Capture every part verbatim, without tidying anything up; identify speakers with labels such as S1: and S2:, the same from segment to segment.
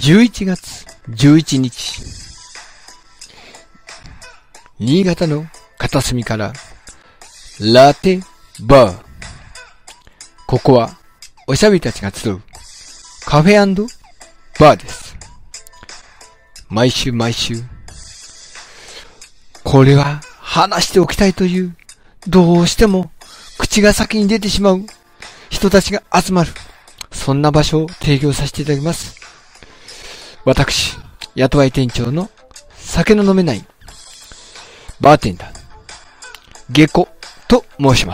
S1: じゅういちがつじゅういちにち、新潟の片隅からラテバー。ここはおしゃべりたちが集うカフェ&バーです。毎週毎週、これは話しておきたいという、どうしても口が先に出てしまう人たちが集まる、そんな場所を提供させていただきます。私、雇わい店長の酒の飲めないバーテンダー、ゲコと申します。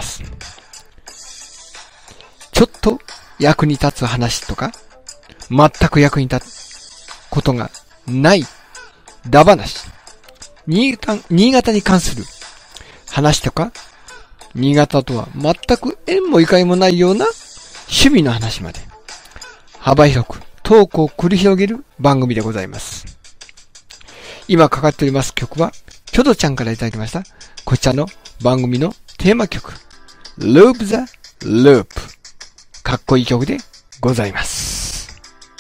S1: ちょっと役に立つ話とか、全く役に立つことがないダ話、新潟、新潟に関する話とか、新潟とは全く縁もゆかりもないような趣味の話まで、幅広くトークを繰り広げる番組でございます。今かかっております曲は、キョドちゃんからいただきました、こちらの番組のテーマ曲、Loop the Loop。かっこいい曲でございます。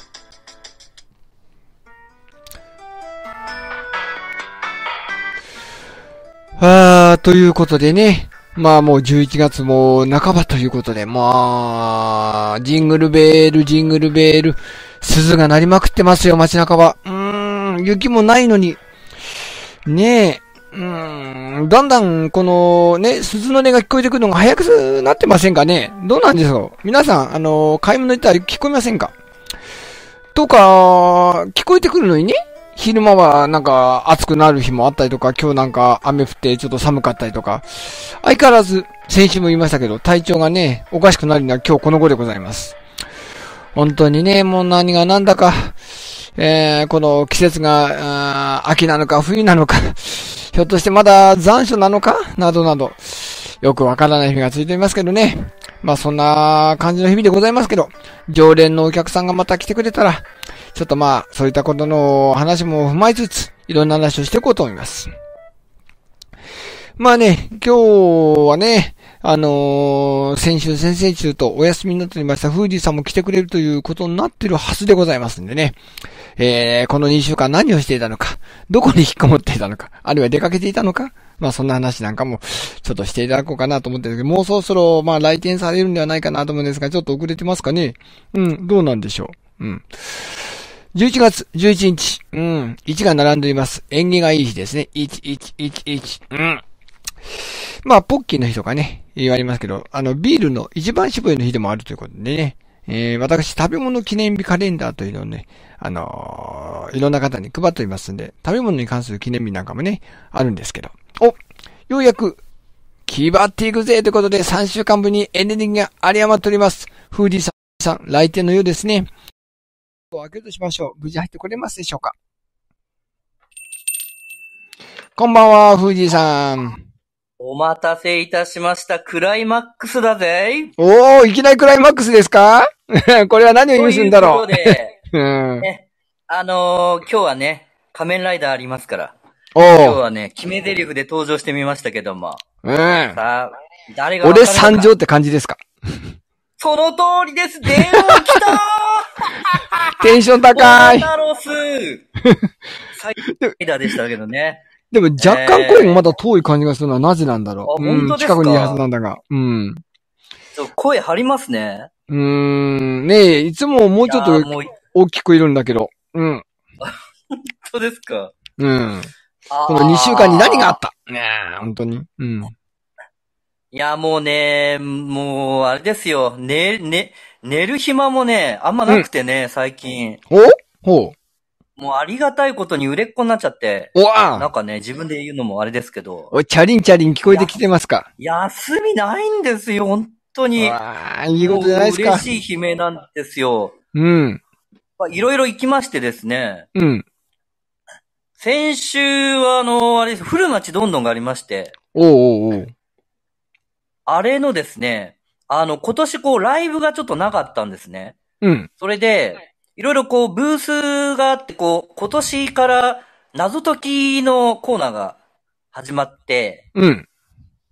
S1: あー、ということでね。まあもうじゅういちがつも半ばということで、まあ、ジングルベール、ジングルベール、鈴が鳴りまくってますよ、街中は。うーん、雪もないのに。ねえ。うーん、だんだん、このね、鈴の音が聞こえてくるのが早くなってませんかね。どうなんでしょう。皆さん、あの、買い物行ったら聞こえませんかとか、聞こえてくるのにね、昼間はなんか暑くなる日もあったりとか、今日なんか雨降ってちょっと寒かったりとか、相変わらず、先週も言いましたけど、体調がね、おかしくなるのは今日この頃でございます。本当にね、もう何が何だか、えー、この季節が、秋なのか冬なのか、ひょっとしてまだ残暑なのかなどなど、よくわからない日が続いていますけどね。まあそんな感じの日々でございますけど、常連のお客さんがまた来てくれたら、ちょっとまあ、そういったことの話も踏まえつつ、いろんな話をしていこうと思います。まあね、今日はね、あのー、先週、先々週とお休みになっておりました、フーディさんも来てくれるということになっているはずでございますんでね。えー、このにしゅうかん何をしていたのか、どこに引っこもっていたのか、あるいは出かけていたのか、まあそんな話なんかもちょっとしていただこうかなと思ってるけど、もうそろそろまあ来店されるんではないかなと思うんですが、ちょっと遅れてますかね。うん、どうなんでしょう。うん。じゅういちがつじゅういちにち、うん、いちが並んでおります。縁起がいい日ですね。いち、いち、いち、いち、うん。まあ、ポッキーの日とかね、言われますけど、あの、ビールの一番搾りの日でもあるということでね、えー、私、食べ物記念日カレンダーというのをね、あのー、いろんな方に配っておりますんで、食べ物に関する記念日なんかもね、あるんですけど、お、ようやく、気張っていくぜということで、さんしゅうかんぶりにエネルギーが有り余っております。フーディーさん、来店のようですね。開けるとしましょう。無事入ってこれますでしょうか。こんばんは、フーディーさん。
S2: お待たせいたしました。クライマックスだぜ。
S1: おー、いきなりクライマックスですかこれは何を意味するんだろう。
S2: ということで、
S1: うん
S2: ね、あのー、今日はね、仮面ライダーありますから。
S1: おー。
S2: 今日はね、決め台詞で登場してみましたけども。
S1: うん。
S2: さあ、誰がわかるのか。
S1: 俺参上って感じですか。
S2: その通りです。電話来た
S1: ーテンション高い。
S2: タロス最高ライダーでしたけどね。
S1: でも若干声がまだ遠い感じがするのはなぜなんだろう。
S2: あ、本当ですか。
S1: 近くにいるはずなんだが。うん。
S2: 声張りますね。
S1: うーん。ねえ、いつももうちょっと大きくいるんだけど。うん。
S2: 本当ですか。
S1: うん。このにしゅうかんに何があったねえ、本当に。うん。
S2: いや、もうね、もう、あれですよ。寝、寝、寝る暇もね、あんまなくてね、うん、最近。
S1: おほう。
S2: もうありがたいことに売れっ子になっちゃって。
S1: おわ
S2: なんかね、自分で言うのもあれですけど。
S1: お、チャリンチャリン聞こえてきてますか？
S2: 休みないんですよ、本当に。
S1: わー、いいことじゃないですか。
S2: 嬉しい悲鳴なんですよ。
S1: うん。
S2: いろいろ行きましてですね。
S1: うん。
S2: 先週は、あの、あれです、古町どんどんがありまして。
S1: おうおうおう。
S2: あれのですね、あの、今年こう、ライブがちょっとなかったんですね。
S1: うん。
S2: それで、いろいろこう、ブースがあって、こう、今年から謎解きのコーナーが始まって、
S1: うん。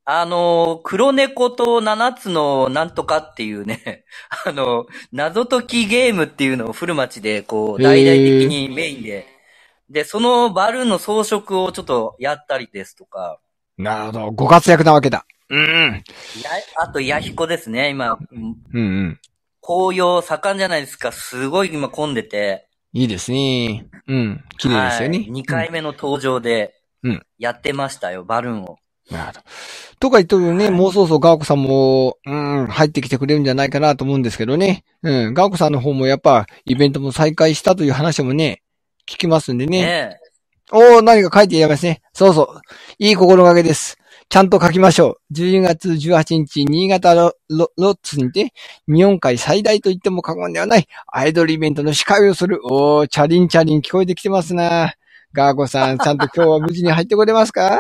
S2: あの、黒猫と七つのなんとかっていうね、あの、謎解きゲームっていうのを古町で、こう、大々的にメインで、で、そのバルーンの装飾をちょっとやったりですとか。
S1: なるほど。ご活躍なわけだ。うん。
S2: や、あと、ヤヒコですね、今。
S1: うんうん。
S2: 紅葉盛んじゃないですか。すごい今混んでて。
S1: いいですね。うん。綺麗ですよね。
S2: はい。にかいめの登場で、
S1: うん。
S2: やってましたよ、バルーンを。
S1: なるほど。とか言っとるよね、はい、もうそろそろガーコさんも、うん、入ってきてくれるんじゃないかなと思うんですけどね。うん、ガーコさんの方もやっぱ、イベントも再開したという話もね、聞きますんでね。ねおー、何か書いていれますね。そうそう。いい心がけです。ちゃんと書きましょう。じゅうにがつじゅうはちにち、新潟ロロロッツにて、日本海最大と言っても過言ではない、アイドルイベントの司会をする。おー、チャリンチャリン聞こえてきてますな。ガーコさん、ちゃんと今日は無事に入ってこれますか？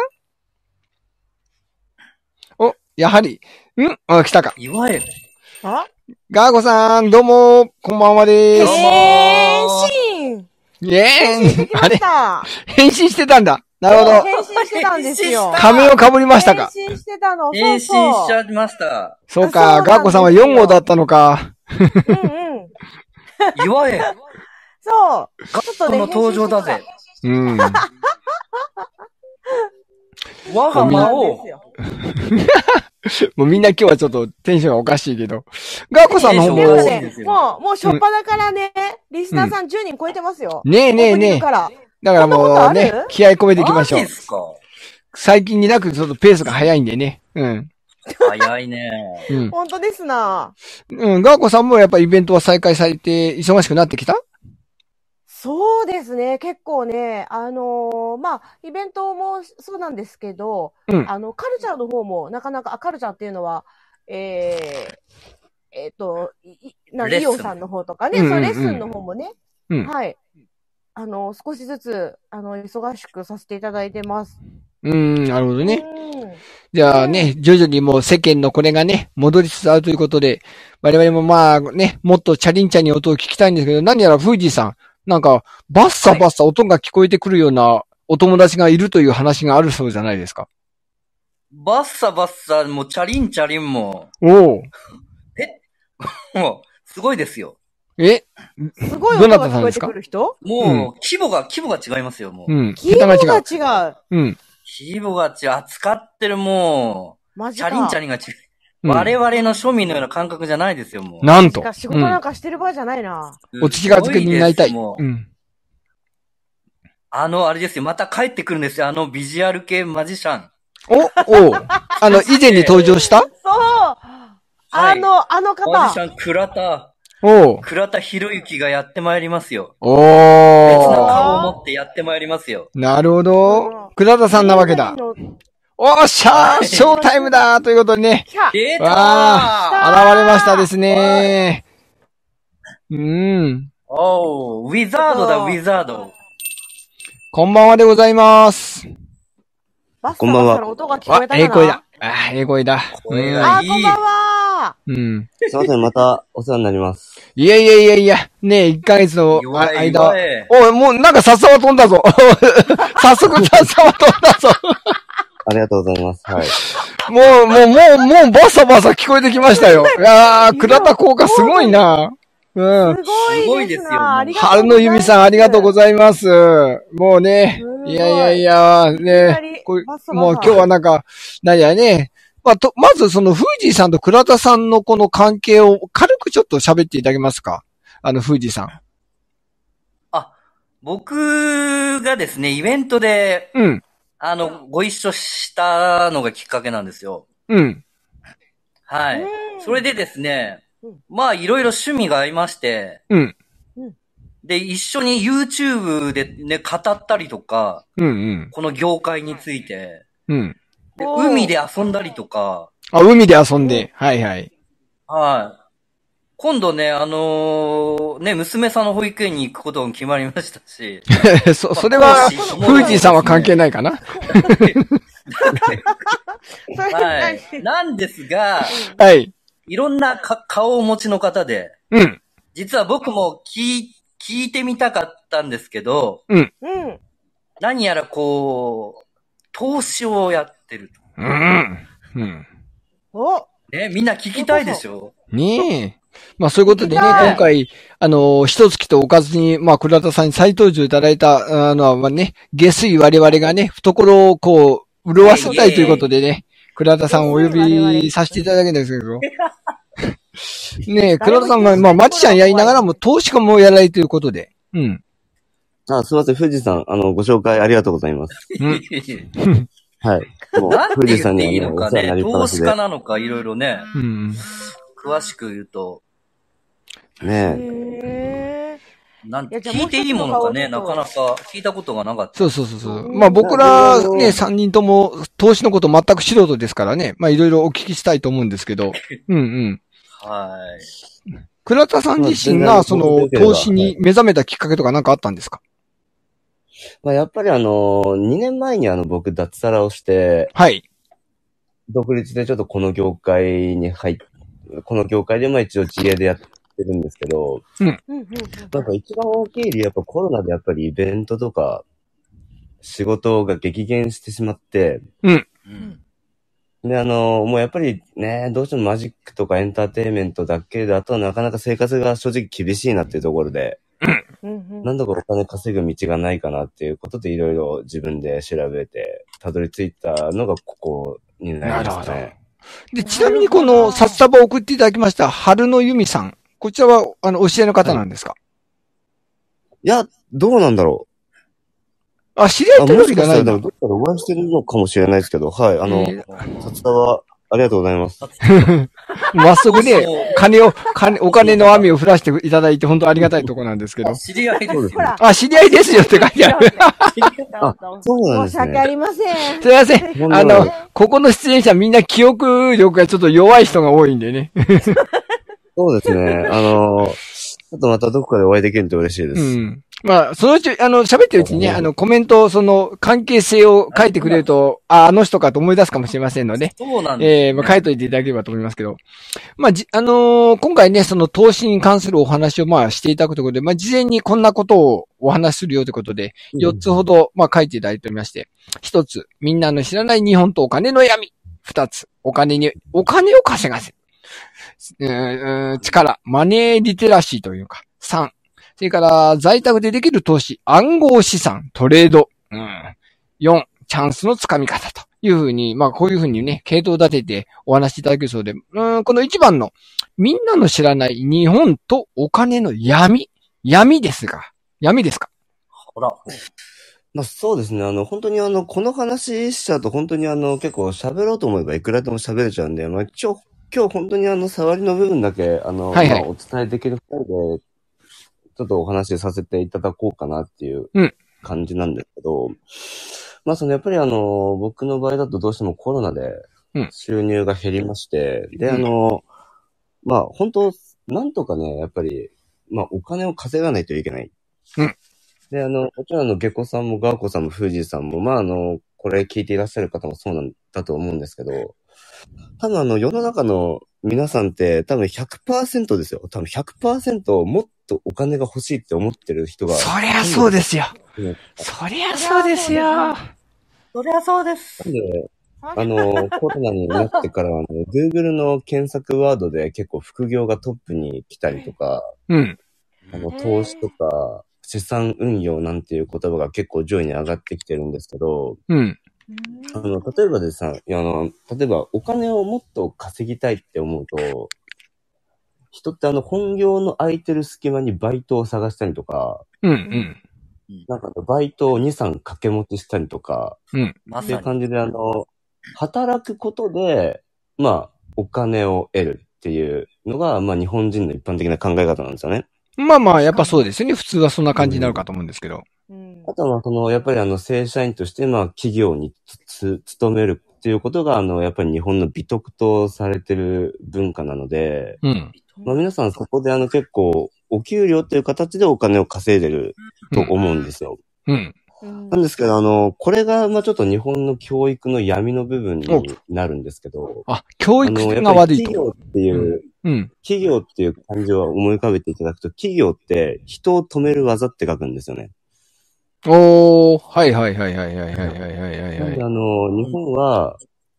S1: お、やはり、んあ、来たか。
S2: いわゆる。
S3: あ
S1: ガーゴさん、どうも、こんばんはでーす。
S3: 変身
S1: イェーイあれ変身してたんだ。なるほど。
S3: 変身してたんですよ。
S1: 仮面をかぶりましたか。
S3: 変身してたの。
S2: 変身しちゃいました。
S1: そうか、ガーゴさんはよん号だったのか。
S3: うんうん。
S2: いわゆる。
S3: そう。
S2: ガットの登場だぜ。
S1: うん。
S2: 我が魔王。
S1: もうみんな今日はちょっとテンションがおかしいけど。ガーコさんの方も。
S3: もう、もうしょっぱだからね、リスナーさんじゅうにん超えてますよ。
S1: ねえねえねえ。だからもうね、気合い込めていきましょう。
S2: マジですか？
S1: 最近になくちょっとペースが早いんでね。うん。
S2: 早いね。
S3: うん。本当ですな。
S1: うん、ガーコさんもやっぱイベントは再開されて忙しくなってきた？
S3: そうですね。結構ね、あのー、まあ、イベントもそうなんですけど、うん、あの、カルチャーの方も、なかなか、あ、カルチャーっていうのは、えー、えっ、ー、と、い、な、イオさんの方とかね、うんうんうん、そう、レッスンの方もね、うん、はい。あの、少しずつ、あの、忙しくさせていただいてます。
S1: うーん、なるほどね。じゃあね、徐々にもう世間のこれがね、戻りつつあるということで、我々もまあね、もっとチャリンチャリン音を聞きたいんですけど、何やらフージーさん、なんか、バッサバッサ音が聞こえてくるようなお友達がいるという話があるそうじゃないですか。
S2: バッサバッサもチャリンチャリンも。
S1: おお。
S2: えもう、すごいですよ。
S1: え
S3: すごい音が聞こえてくる人？
S2: もう、うん、規模が、規模が違いますよ、もう。
S1: うん。
S3: 規模が違う。
S1: うん。
S2: 規模が違う。扱ってるもう、
S3: マジ
S2: かチャリンチャリンが違う。うん、我々の庶民のような感覚じゃないですよ、もう。
S1: なんと。
S3: 仕事なんかしてる場合じゃないな。
S1: うん、お近づきになりたい。
S2: もう、うん。あの、あれですよ。また帰ってくるんですよ。あのビジュアル系マジシャン。
S1: おおあの、以前に登場したそう、
S3: あの、はい、あの方。
S2: マジシャン、倉田。
S1: お
S2: 倉田博之がやってまいりますよ。
S1: お
S2: 別な顔を持ってやってまいりますよ。
S1: なるほど。倉田さんなわけだ。おっしゃーショータイムだということでね。
S2: 出たー
S1: 現れましたですねー。うん。
S2: おー、ウィザードだ、ウィザード。
S1: こんばんはでございます。
S3: こんばんは。音が聞こえたかな？
S1: ええ声だ。ああ、ええ声だ。
S2: 声がいい。
S3: あ、こんばんは。
S1: うん。
S4: すいません、またお世話になります。
S1: いやいやいやいや、ねえ、いっかげつの間。おい、もうなんかさっさは飛んだぞ。早速さっさは飛んだぞ。
S4: ありがとうございます。はい。
S1: もう、もう、もう、もう、バサバサ聞こえてきましたよ。いやー、倉田効果すごいな。
S3: うん。すごいですよ。
S1: 春の由美さん、ありがとうございます。もうね、いやいやいや、ね、これもう今日はなんか、なんやね、まあ、と、まずその、フージーさんと倉田さんのこの関係を軽くちょっと喋っていただけますか？あの、フージーさん。
S2: あ、僕がですね、イベントで、うん。あの、ご一緒したのがきっかけなんですよ。
S1: うん。
S2: はい。それでですね、まあ、いろいろ趣味がありまして、
S1: うん。
S2: で、一緒に YouTube でね、語ったりとか、
S1: うんうん。
S2: この業界について、
S1: うん。
S2: で、海で遊んだりとか。
S1: あ、海で遊んで。はいはい。
S2: はい。今度ね、あのー、ね、娘さんの保育園に行くことも決まりましたし。
S1: そ、それは、フージーさんは関係ないかな
S2: はい。なんですが、
S1: はい。
S2: いろんなか顔をお持ちの方で、
S1: うん。
S2: 実は僕も聞い、聞いてみたかったんですけど、
S1: うん。
S3: うん。
S2: 何やらこう、投資をやってると。
S1: うん。 うん。
S3: お
S2: ね、みんな聞きたいでしょ
S1: ねえ。まあそういうことでね、今回、あの、一月とおかずに、まあ倉田さんに再登場いただいた、あの、まあね、下水我々がね、懐をこう、潤わせたいということでね、倉田さんをお呼びさせていただけるんですけど。ねえ、倉田さんが、まあ、マジシャンやりながらも、投資家もやられるということで。うん。
S4: あ、すいません、富士さん、あの、ご紹介ありがとうございます。うん。はい。
S2: もう、富士山にいいのかね、投資家なのか、いろいろね。うん。詳しく言うと。
S4: ねえ。
S2: なんて、聞いていいものかね、なかなか聞いたことがなかった。
S1: そうそうそうそう。まあ僕らね、三人とも投資のこと全く素人ですからね、まあいろいろお聞きしたいと思うんですけど。うんうん。
S2: はい。
S1: 倉田さん自身が、その、投資に目覚めたきっかけとか何かあったんですか？
S4: まあやっぱりあの、にねんまえにあの僕脱サラをして、
S1: はい。
S4: 独立でちょっとこの業界に入っ、この業界でまあ一応自営でやってるんですけど、
S1: うん。
S4: なんか一番大きい理由やっぱコロナでやっぱりイベントとか仕事が激減してしまって、
S1: うん。
S4: で、あの、もうやっぱりね、どうしてもマジックとかエンターテインメントだけだとなかなか生活が正直厳しいなっていうところで、なんとかお金稼ぐ道がないかなっていうことでいろいろ自分で調べて、たどり着いたのがここになりますね。なるほ
S1: ど。で、ちなみにこの札束を送っていただきました春野由美さん。こちらは、あの、教えの方なんですか？はい、
S4: いや、どうなんだろ
S1: う。あ、知り合いってわけじゃないんだ。
S4: どっかでお会いしてるのかもしれないですけど、はい、あの、えー、札束、ありがとうございます。
S1: まっすぐね、金を、金、お金の網を降らしていただいて本当ありがたいところなんですけど。
S2: 知り合いですよ。
S1: あ、知り合いですよって書いてある。
S4: あ、そうなんですね。
S3: 申し訳ありません。
S1: すいません。あの、ここの出演者みんな記憶力がちょっと弱い人が多いんでね。
S4: そうですね。あの、ちょっとまたどこかでお会いできると嬉しいです。
S1: うん。まあ、そのうち、あの、喋ってるうちにね、あの、コメント、その、関係性を書いてくれると、あ、あの人かと思い出すかもしれませんので。
S2: そうなんです、
S1: ね。えー、まあ、書いといていただければと思いますけど。まあ、じ、あのー、今回ね、その投資に関するお話を、まあ、していただくということで、まあ、事前にこんなことをお話しするよということで、よっつほど、まあ、書いていただいておりまして。ひとつ、みんなの知らない日本とお金の闇。ふたつ、お金に、お金を稼がせる。うん、力、マネーリテラシーというか。さん、それから、在宅でできる投資、暗号資産、トレード。うん、よん、チャンスのつかみ方というふうに、まあこういうふうにね、系統立ててお話しいただけるそうで、うん、このいちばんの、みんなの知らない日本とお金の闇。闇ですが、闇ですか？
S2: ほら。
S4: まあそうですね。あの、本当にあの、この話しちゃうと本当にあの、結構喋ろうと思えばいくらでも喋れちゃうんで、まあ一応、今日本当にあの、触りの部分だけ、あの、はいはい、まあお伝えできるふたりで、ちょっとお話しさせていただこうかなっていう感じなんですけど、うん、まあそのやっぱりあの、僕の場合だとどうしてもコロナで収入が減りまして、うん、であの、まあ本当、なんとかね、やっぱり、まあお金を稼がないといけない。
S1: うん、
S4: で、あの、もちろんあの、ゲコさんもガーコさんもフージーさんも、まああの、これ聞いていらっしゃる方もそうなんだと思うんですけど、多分あの、世の中の皆さんって多分 ひゃくパーセント ですよ。多分 ひゃくパーセント もっとお金が欲しいって思ってる人が。
S1: そりゃそうですよ。そりゃそうですよ。
S3: そりゃそうです。
S4: なんで、あの、コロナになってからは、ね、Google の検索ワードで結構副業がトップに来たりとか、
S1: うん。
S4: あの、投資とか、資産運用なんていう言葉が結構上位に上がってきてるんですけど、
S1: うん。
S4: あの、例えばでさ、あの、例えばお金をもっと稼ぎたいって思うと、人ってあの本業の空いてる隙間にバイトを探したりとか、
S1: うんうん。
S4: なんかバイトをに、さん掛け持ちしたりとか、
S1: うん。
S4: っていう感じであの、働くことで、まあ、お金を得るっていうのが、まあ日本人の一般的な考え方なんですよね。
S1: まあまあ、やっぱそうですよね。普通はそんな感じになるかと思うんですけど。
S3: うん、
S4: あとは、その、やっぱりあの、正社員として、まあ、企業につ、勤めるっていうことが、あの、やっぱり日本の美徳とされてる文化なので、
S1: うん。
S4: まあ皆さんそこであの結構、お給料っていう形でお金を稼いでると思うんですよ。
S1: うん。
S3: うん、
S4: なんですけど、あの、これが、まあちょっと日本の教育の闇の部分になるんですけど。
S1: あ、教育が悪いと。
S4: 企業っていう、
S1: うん、
S4: 企業っていう漢字を思い浮かべていただくと、企業って人を止める技って書くんですよね。
S1: おー、はいはいはいはいはいはいはいはい、はい。
S4: あの、日本は、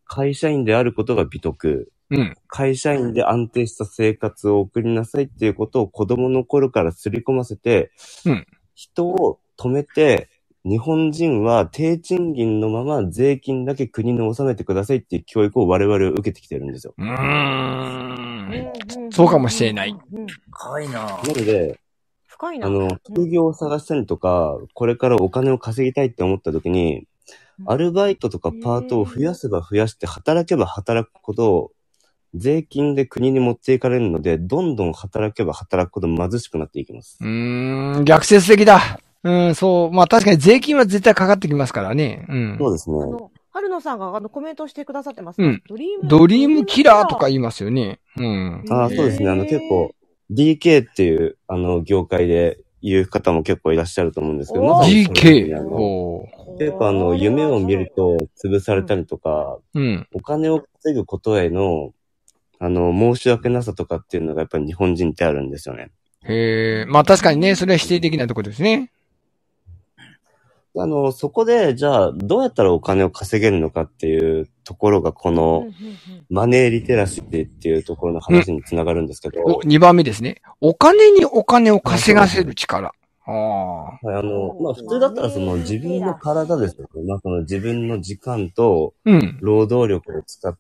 S4: 会社員であることが美徳。うん。会社員で安定した生活を送りなさいっていうことを子供の頃から刷り込ませて、うん。人を止めて、日本人は低賃金のまま税金だけ国に納めてくださいっていう教育を我々は受けてきてるんですよ。
S1: うーん。そうかもしれない。
S2: 深いな。
S4: なので、
S3: 深いな。
S4: あの、副業を探したりとか、これからお金を稼ぎたいって思った時に、アルバイトとかパートを増やせば増やして働けば働くほど、税金で国に持っていかれるので、どんどん働けば働くほど貧しくなっていきます。
S1: うーん、逆説的だ。うん、そう。まあ確かに税金は絶対かかってきますからね。うん。
S4: そうですね。
S3: あの、春野さんがあのコメントしてくださってます。
S1: うん。ドリーム、ドリームキラーとか言いますよね。うん。
S4: ああ、そうですね。あの結構、ディーケー っていう、あの、業界で言う方も結構いらっしゃると思うんですけど、
S1: ま、ディーケー。お
S4: 結構あの、夢を見ると潰されたりとか、うん。お金を稼ぐことへの、あの、申し訳なさとかっていうのがやっぱり日本人ってあるんですよね。
S1: へえ、まあ確かにね、それは否定的なところですね。
S4: あの、そこで、じゃあ、どうやったらお金を稼げるのかっていうところが、この、マネーリテラシーっていうところの話につながるんですけど。
S1: お、にばんめですね。お金にお金を稼がせる力。ああ。
S4: はい、あの、まあ、普通だったらその自分の体ですよね。まあ、その自分の時間と、労働力を使って、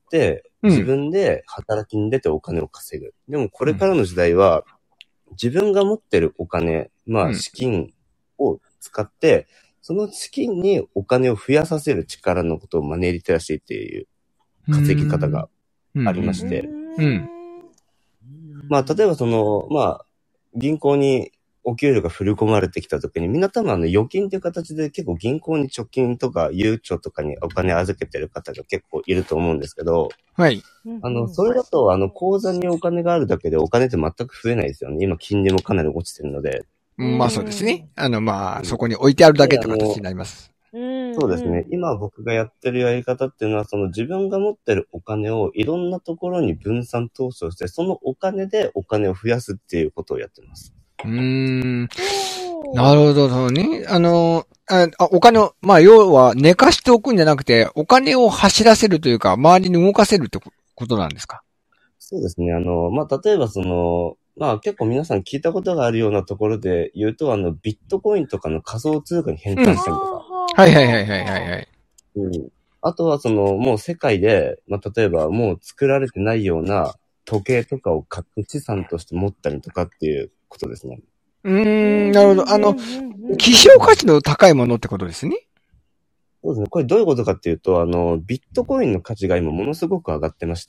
S4: 自分で働きに出てお金を稼ぐ。でも、これからの時代は、自分が持ってるお金、まあ、資金を使って、その資金にお金を増やさせる力のことをマネーリテラシーっていう稼ぎ方がありまして。うん。まあ、例えばその、まあ、銀行にお給料が振り込まれてきたときに、みんな多分あの預金という形で結構銀行に貯金とかゆうちょとかにお金預けてる方が結構いると思うんですけど、
S1: はい。
S4: あの、それだとあの口座にお金があるだけでお金って全く増えないですよね。今金利もかなり落ちてるので。
S1: まあそうですね。あのまあ、そこに置いてあるだけって形になります。
S4: そうですね。今僕がやってるやり方っていうのは、その自分が持ってるお金をいろんなところに分散投資をして、そのお金でお金を増やすっていうことをやってます。
S1: うーん。なるほど、そうね。あの、あ、お金を、まあ要は寝かしておくんじゃなくて、お金を走らせるというか、周りに動かせるってことなんですか？
S4: そうですね。あの、まあ例えばその、まあ結構皆さん聞いたことがあるようなところで言うと、あの、ビットコインとかの仮想通貨に変換したりとか。うん、
S1: はいはいはいはいはいはい。
S4: うん。あとはその、もう世界で、まあ例えばもう作られてないような時計とかを買って資産として持ったりとかっていうことですね。
S1: うーん、なるほど。あの、希少価値の高いものってことですね。
S4: そうですね。これどういうことかっていうと、あの、ビットコインの価値が今ものすごく上がってまして、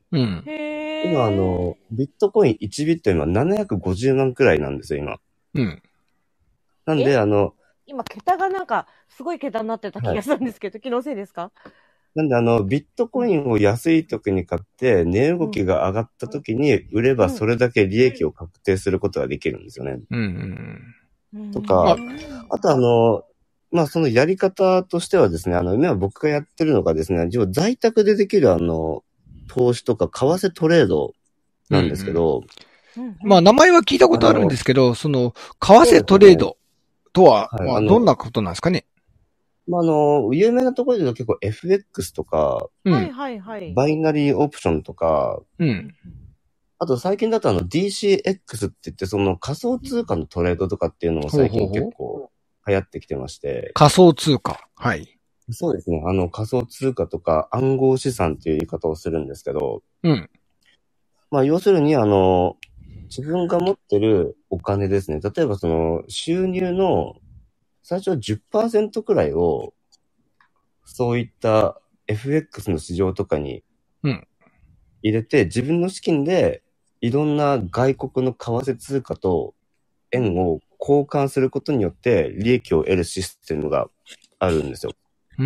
S4: うん。今あの、ビットコインいちビット今ななひゃくごじゅうまんくらいなんですよ、今。うん。なんで、あの、
S3: 今、桁がなんか、すごい桁になってた気がするんですけど、はい、気のせいですか？
S4: なんで、あの、ビットコインを安い時に買って、値動きが上がった時に売ればそれだけ利益を確定することができるんですよね。うんうん。とか、あとあの、まあ、そのやり方としてはですね、あの、今僕がやってるのがですね、在宅でできるあの、投資とか為替トレードなんですけど、
S1: うんうん、まあ、名前は聞いたことあるんですけど、その、為替トレードとは、はい、まあ、どんなことなんですかね？
S4: まあ、あの、有名なところで言うと結構 エフエックス とか、
S3: はいはいはい。
S4: バイナリーオプションとか、うん。あと最近だとあの ディーシーエックス って言ってその仮想通貨のトレードとかっていうのも最近結構流行ってきてまして。
S1: 仮想通貨。はい。
S4: そうですね。あの仮想通貨とか暗号資産っていう言い方をするんですけど。うん。まあ要するにあの、自分が持ってるお金ですね。例えばその収入の最初は じゅっパーセント くらいをそういった エフエックス の市場とかに入れて、自分の資金でいろんな外国の為替通貨と円を交換することによって利益を得るシステムがあるんですよ。うー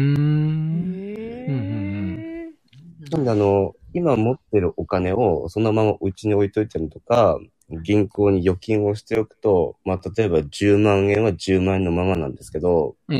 S4: ん。なんであの、今持ってるお金をそのままうちに置いといたりとか、銀行に預金をしておくと、まあ、例えばじゅうまんえんはじゅうまんえんのままなんですけど、うん、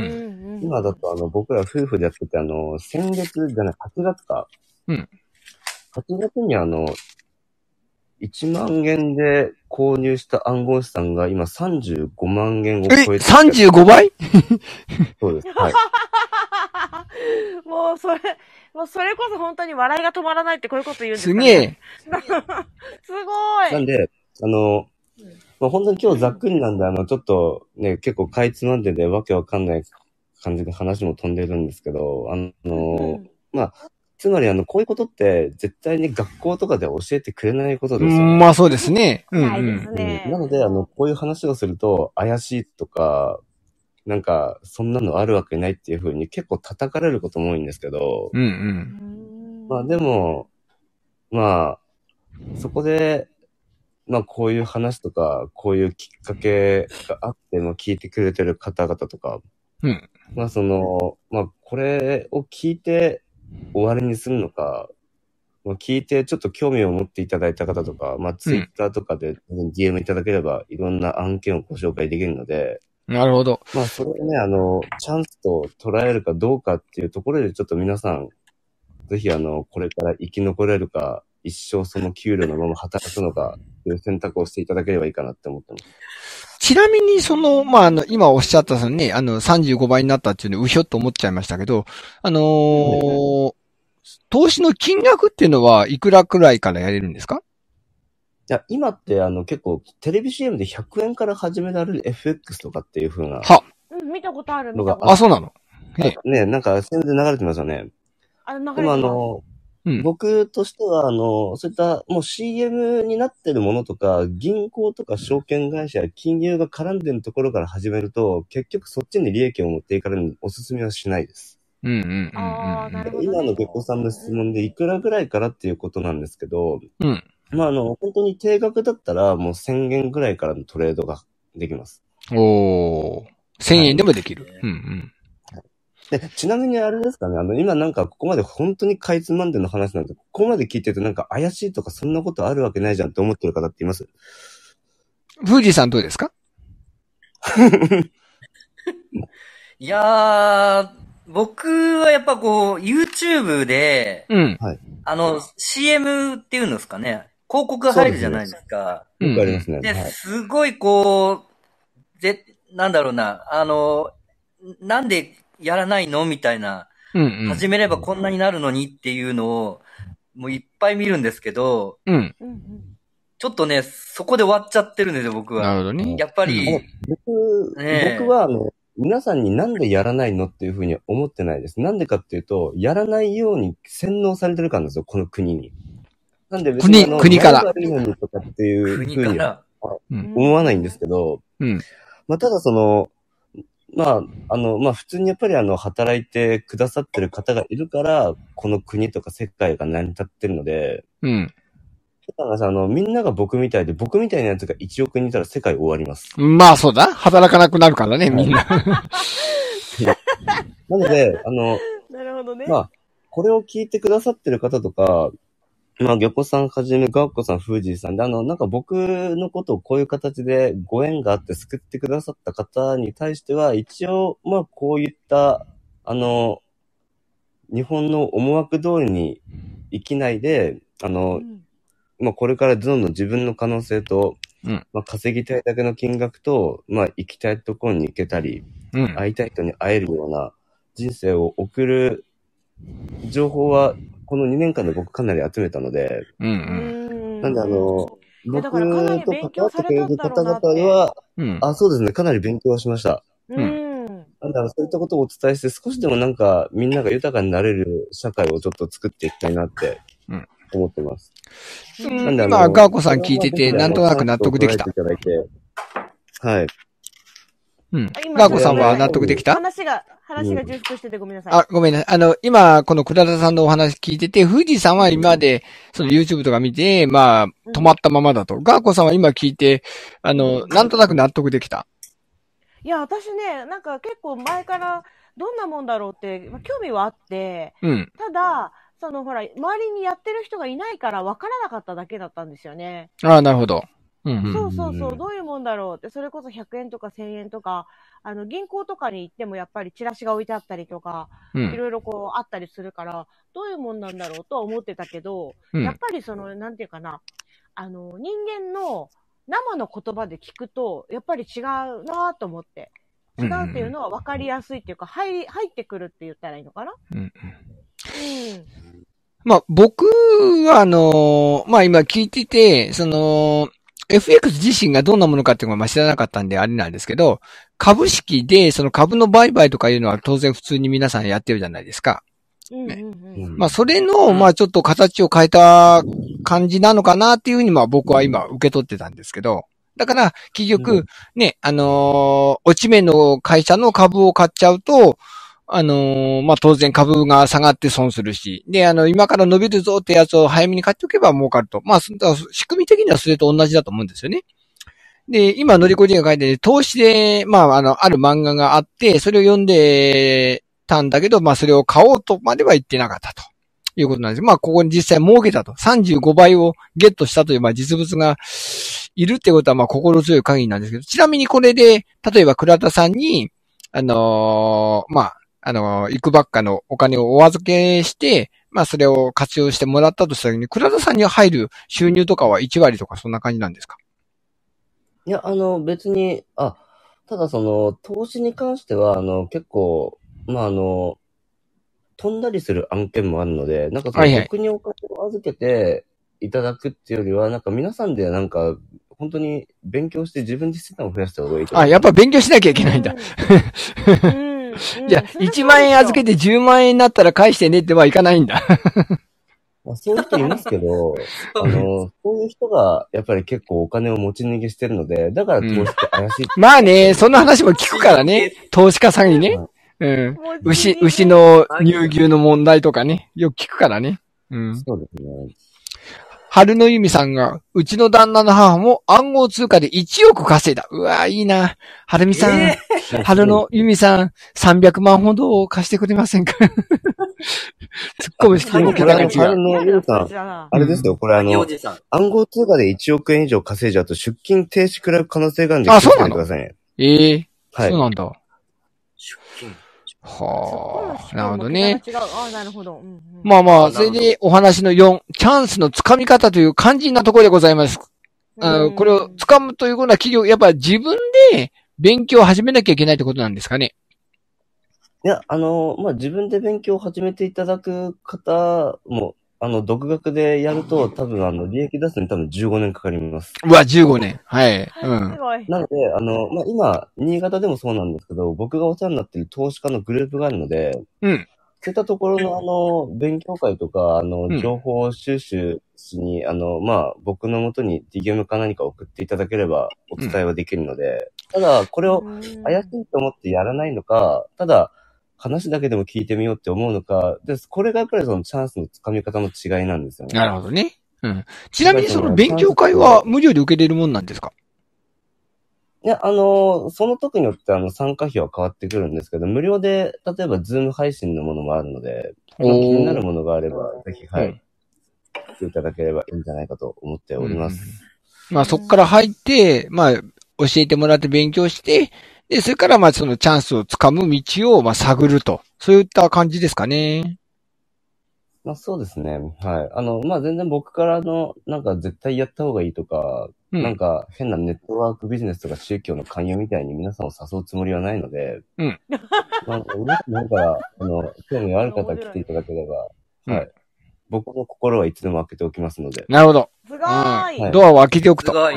S4: 今だとあの、僕ら夫婦でやっててあの、先月じゃない、はちがつか。うん。はちがつにあの、いちまんえんで購入した暗号資産が今さんじゅうごまんえんを超えて。
S1: え ?さんじゅうご 倍
S4: そうです。はい。
S3: もうそれ、もうそれこそ本当に笑いが止まらないってこういうこと言うんです
S1: かね。すげえ。
S3: すごい。
S4: なんで、あの、まあ、本当に今日ざっくりなんで、あの、ちょっとね、結構かいつまんででわけわかんない感じで話も飛んでるんですけど、あの、うん、まあ、つまりあの、こういうことって絶対に学校とかで教えてくれないことですよね。
S1: うん、まあそうですね。
S3: うん、ないですね、
S4: うん。なので、あの、こういう話をすると怪しいとか、なんか、そんなのあるわけないっていう風に結構叩かれることも多いんですけど、
S1: うんうん。
S4: まあでも、まあ、そこで、まあこういう話とか、こういうきっかけがあって、まあ聞いてくれてる方々とか、
S1: うん。
S4: まあその、まあこれを聞いて終わりにするのか、まあ、聞いてちょっと興味を持っていただいた方とか、まあツイッターとかで ディーエム いただければいろんな案件をご紹介できるので、
S1: なるほど。
S4: まあそれをね、あの、チャンスと捉えるかどうかっていうところでちょっと皆さん、ぜひあの、これから生き残れるか、一生その給料のまま働くのか、という選択をしていただければいいかなって思ってます。
S1: ちなみに、その、まあ、あの、今おっしゃったそのね、あの、さんじゅうごばいになったっていうの、うひょっと思っちゃいましたけど、あのー、投資の金額っていうのはいくらくらいからやれるんですか？
S4: いや、今ってあの、結構、テレビ シーエム でひゃくえんから始められる エフエックス とかっていう風な。
S1: は。
S3: うん、見たことある、見たことある。
S1: あ、そうなの？
S4: ね、なんか、それで流れてますよね。
S3: あ、流れてます。でもあの、
S4: うん、僕としては、あの、そういった、もう シーエム になってるものとか、銀行とか証券会社や金融が絡んでるところから始めると、結局そっちに利益を持っていかれるのおすすめはしないです。
S1: うんうんうんうん、
S3: ああ、なるほど、ね。
S4: 今の月光さんの質問でいくらぐらいからっていうことなんですけど、
S1: うん。
S4: まあ、あの、本当に定額だったら、もうせんえんぐらいからのトレードができます。
S1: おー。せんえんでもできる。はい、うんうん。
S4: で、ちなみにあれですかね、あの、今なんかここまで本当にかいつまんでの話なんで、ここまで聞いてるとなんか怪しいとかそんなことあるわけないじゃんって思ってる方っています？
S1: 富士さんどうですか？
S2: いやー、僕はやっぱこう、YouTube で、
S1: うん。
S2: あの、シーエム っていうんですかね、広告入るじゃないですか。
S4: よくありますね。
S2: で、すごいこう、ぜ、なんだろうな、あの、なんでやらないのみたいな、
S1: うんうん、
S2: 始めればこんなになるのにっていうのを、もういっぱい見るんですけど、
S1: うん。
S2: ちょっとね、そこで終わっちゃってるんですよ、僕は。
S1: なるほどね。
S2: やっぱり、
S4: うん、僕、ね、僕はあの、皆さんになんでやらないのっていうふうに思ってないです。なんでかっていうと、やらないように洗脳されてるからなんですよ、この国に。なんで別に
S1: 国、国から。
S4: やればいいのにとかっていうふうには
S1: うん
S4: 思わないんですけど、
S1: うん。
S4: まあ、ただその、まあ、あの、まあ、普通にやっぱりあの、働いてくださってる方がいるから、この国とか世界が成り立ってるので、
S1: うん。
S4: だからさ、あの、みんなが僕みたいで、僕みたいなやつがいちおく人いたら世界終わります。
S1: まあそうだ。働かなくなるからね、みんな。
S4: なので、あの、
S3: なるほどね。
S4: まあ、これを聞いてくださってる方とか、まあ、ギョコさんはじめ、ガッコさん、フージーさんで、あの、なんか僕のことをこういう形でご縁があって救ってくださった方に対しては、一応、まあ、こういった、あの、日本の思惑通りに生きないで、あの、うんまあ、これからどんどん自分の可能性と、うん、まあ、稼ぎたいだけの金額と、まあ、行きたいところに行けたり、うん、会いたい人に会えるような人生を送る情報は、このにねんかんで僕かなり集めたので、うんうん、なんであの、僕と関わってくれる方々は、うん、あ、そうですね、かなり勉強はしました。うん。なんだろう、そういったことをお伝えして、少しでもなんか、みんなが豊かになれる社会をちょっと作っていきたいなって、うん思ってます。
S1: うん、なんで今、ガーコさん聞いてて、なんとなく納得できた。
S4: はい。
S1: うん。ガーコさんは納得できた？
S3: 話が、話が重複しててごめんなさい。
S1: あ、ごめんなさい。あの、今、この倉田さんのお話聞いてて、富士さんは今まで、その YouTube とか見て、まあ、止まったままだと。うん、ガーコさんは今聞いて、あの、なんとなく納得できた。
S3: いや、私ね、なんか結構前から、どんなもんだろうって、まあ、興味はあって、うん。ただ、そのほら、周りにやってる人がいないから分からなかっただけだったんですよね。
S1: ああ、なるほど。
S3: うんうん、そうそうそう、どういうもんだろうって、それこそひゃくえんとかせんえんとか、あの、銀行とかに行ってもやっぱりチラシが置いてあったりとか、うん、いろいろこうあったりするから、どういうもんなんだろうとは思ってたけど、うん、やっぱりその、なんていうかな、あの、人間の生の言葉で聞くと、やっぱり違うなと思って。 違うっていうのは分かりやすいっていうか、入り、入ってくるって言ったらいいのかな。うん、うん。うん。
S1: まあ、僕はあの、まあ今聞いてて、その、エフエックス 自身がどんなものかっていうのはまあ知らなかったんであれなんですけど、株式でその株の売買とかいうのは当然普通に皆さんやってるじゃないですか。うんうんうん、まあそれの、まあちょっと形を変えた感じなのかなっていうふうにまあ僕は今受け取ってたんですけど、だから結局ね、あのー、落ち目の会社の株を買っちゃうと、あのー、まあ、当然株が下がって損するし、で、あの、今から伸びるぞってやつを早めに買っておけば儲かると。まあ、仕組み的にはそれと同じだと思うんですよね。で、今、のりこじが書いて、投資で、まあ、あの、ある漫画があって、それを読んでたんだけど、まあ、それを買おうとまでは言ってなかったということなんです。まあ、ここに実際儲けたと。さんじゅうごばいをゲットしたという、まあ、実物がいるってことは、まあ、心強い限りなんですけど、ちなみにこれで、例えば倉田さんに、あのー、まあ、あの、行くばっかのお金をお預けして、まあそれを活用してもらったとしたときに、倉田さんに入る収入とかはいちわりとかそんな感じなんですか？
S4: いや、あの、別に、あ、ただその、投資に関しては、あの、結構、まああの、飛んだりする案件もあるので、なんかその、僕にお金を預けていただくっていうよりは、はいはい、なんか皆さんでなんか、本当に勉強して自分で資産を増やした方がいいと思う。
S1: あ、やっぱ勉強しなきゃいけないんだ。うんじゃあ、いちまん円預けてじゅうまん円になったら返してねってはいかないんだ。
S4: まあ、そういう人いますけど、あの、そういう人がやっぱり結構お金を持ち逃げしてるので、だから投資って怪しい、
S1: うん。まあね、そんな話も聞くからね。投資家さんにね。うん。牛、牛の乳牛の問題とかね。よく聞くからね。うん。
S4: そうですね。
S1: 春野由美さんが、うちの旦那の母も暗号通貨でいちおく稼いだ。うわぁ、いいな。春美さん、えー、春野由美さん、さんびゃくまんほど貸してくれませんか？突っ込む式の桁が違う。
S4: 春野由美さん、あれですよ、これあの、暗号通貨でいちおくえん以上稼いじゃうと出金停止食らう可能性があるんで気をつけてくださいね。
S1: ええー、はい。そうなんだ。出金。はあ、なるほどね。
S3: ああ、なるほど。うんうん、
S1: まあまあ、それでお話のよん、チャンスのつかみ方という肝心なところでございます。あの、これをつかむということは企業、やっぱり自分で勉強を始めなきゃいけないってことなんですかね。
S4: いや、あの、まあ、自分で勉強を始めていただく方も、あの、独学でやると、多分、あの、利益出すのに多分じゅうごねんかかります。
S1: うわ、じゅうごねん。はい。うん。
S3: すごい。
S4: なので、あの、まあ、今、新潟でもそうなんですけど、僕がお世話になっている投資家のグループがあるので、
S1: うん。
S4: そういったところの、あの、勉強会とか、あの、情報収集しに、うん、あの、まあ、僕の元に ディーエム か何か送っていただければ、お伝えはできるので、うん、ただ、これを怪しいと思ってやらないのか、ただ、話だけでも聞いてみようって思うのか、で、これがやっぱりそのチャンスのつかみ方の違いなんですよね。
S1: なるほどね。うん。ちなみにその勉強会は無料で受けれるもんなんですか？
S4: いや、あの、その時によってあの参加費は変わってくるんですけど、無料で、例えばズーム配信のものもあるので、まあ、気になるものがあれば、ぜひ、はい、うん、来ていただければいいんじゃないかと思っております。
S1: うん、まあそこから入って、まあ教えてもらって勉強して、で、それからまあそのチャンスをつかむ道をまあ探ると。そういった感じですかね。
S4: まあそうですね。はい。あの、まあ全然僕からの、なんか絶対やった方がいいとか、うん、なんか変なネットワークビジネスとか宗教の勧誘みたいに皆さんを誘うつもりはないので、
S1: うん。
S4: なんか皆さんなんか、あの、興味がある方は来ていただければ、うん、はい。僕の心はいつでも開けておきますので。
S1: なるほど。
S3: すごーい、
S1: うん。ドアを開けておくと。
S2: すごい。
S1: うん。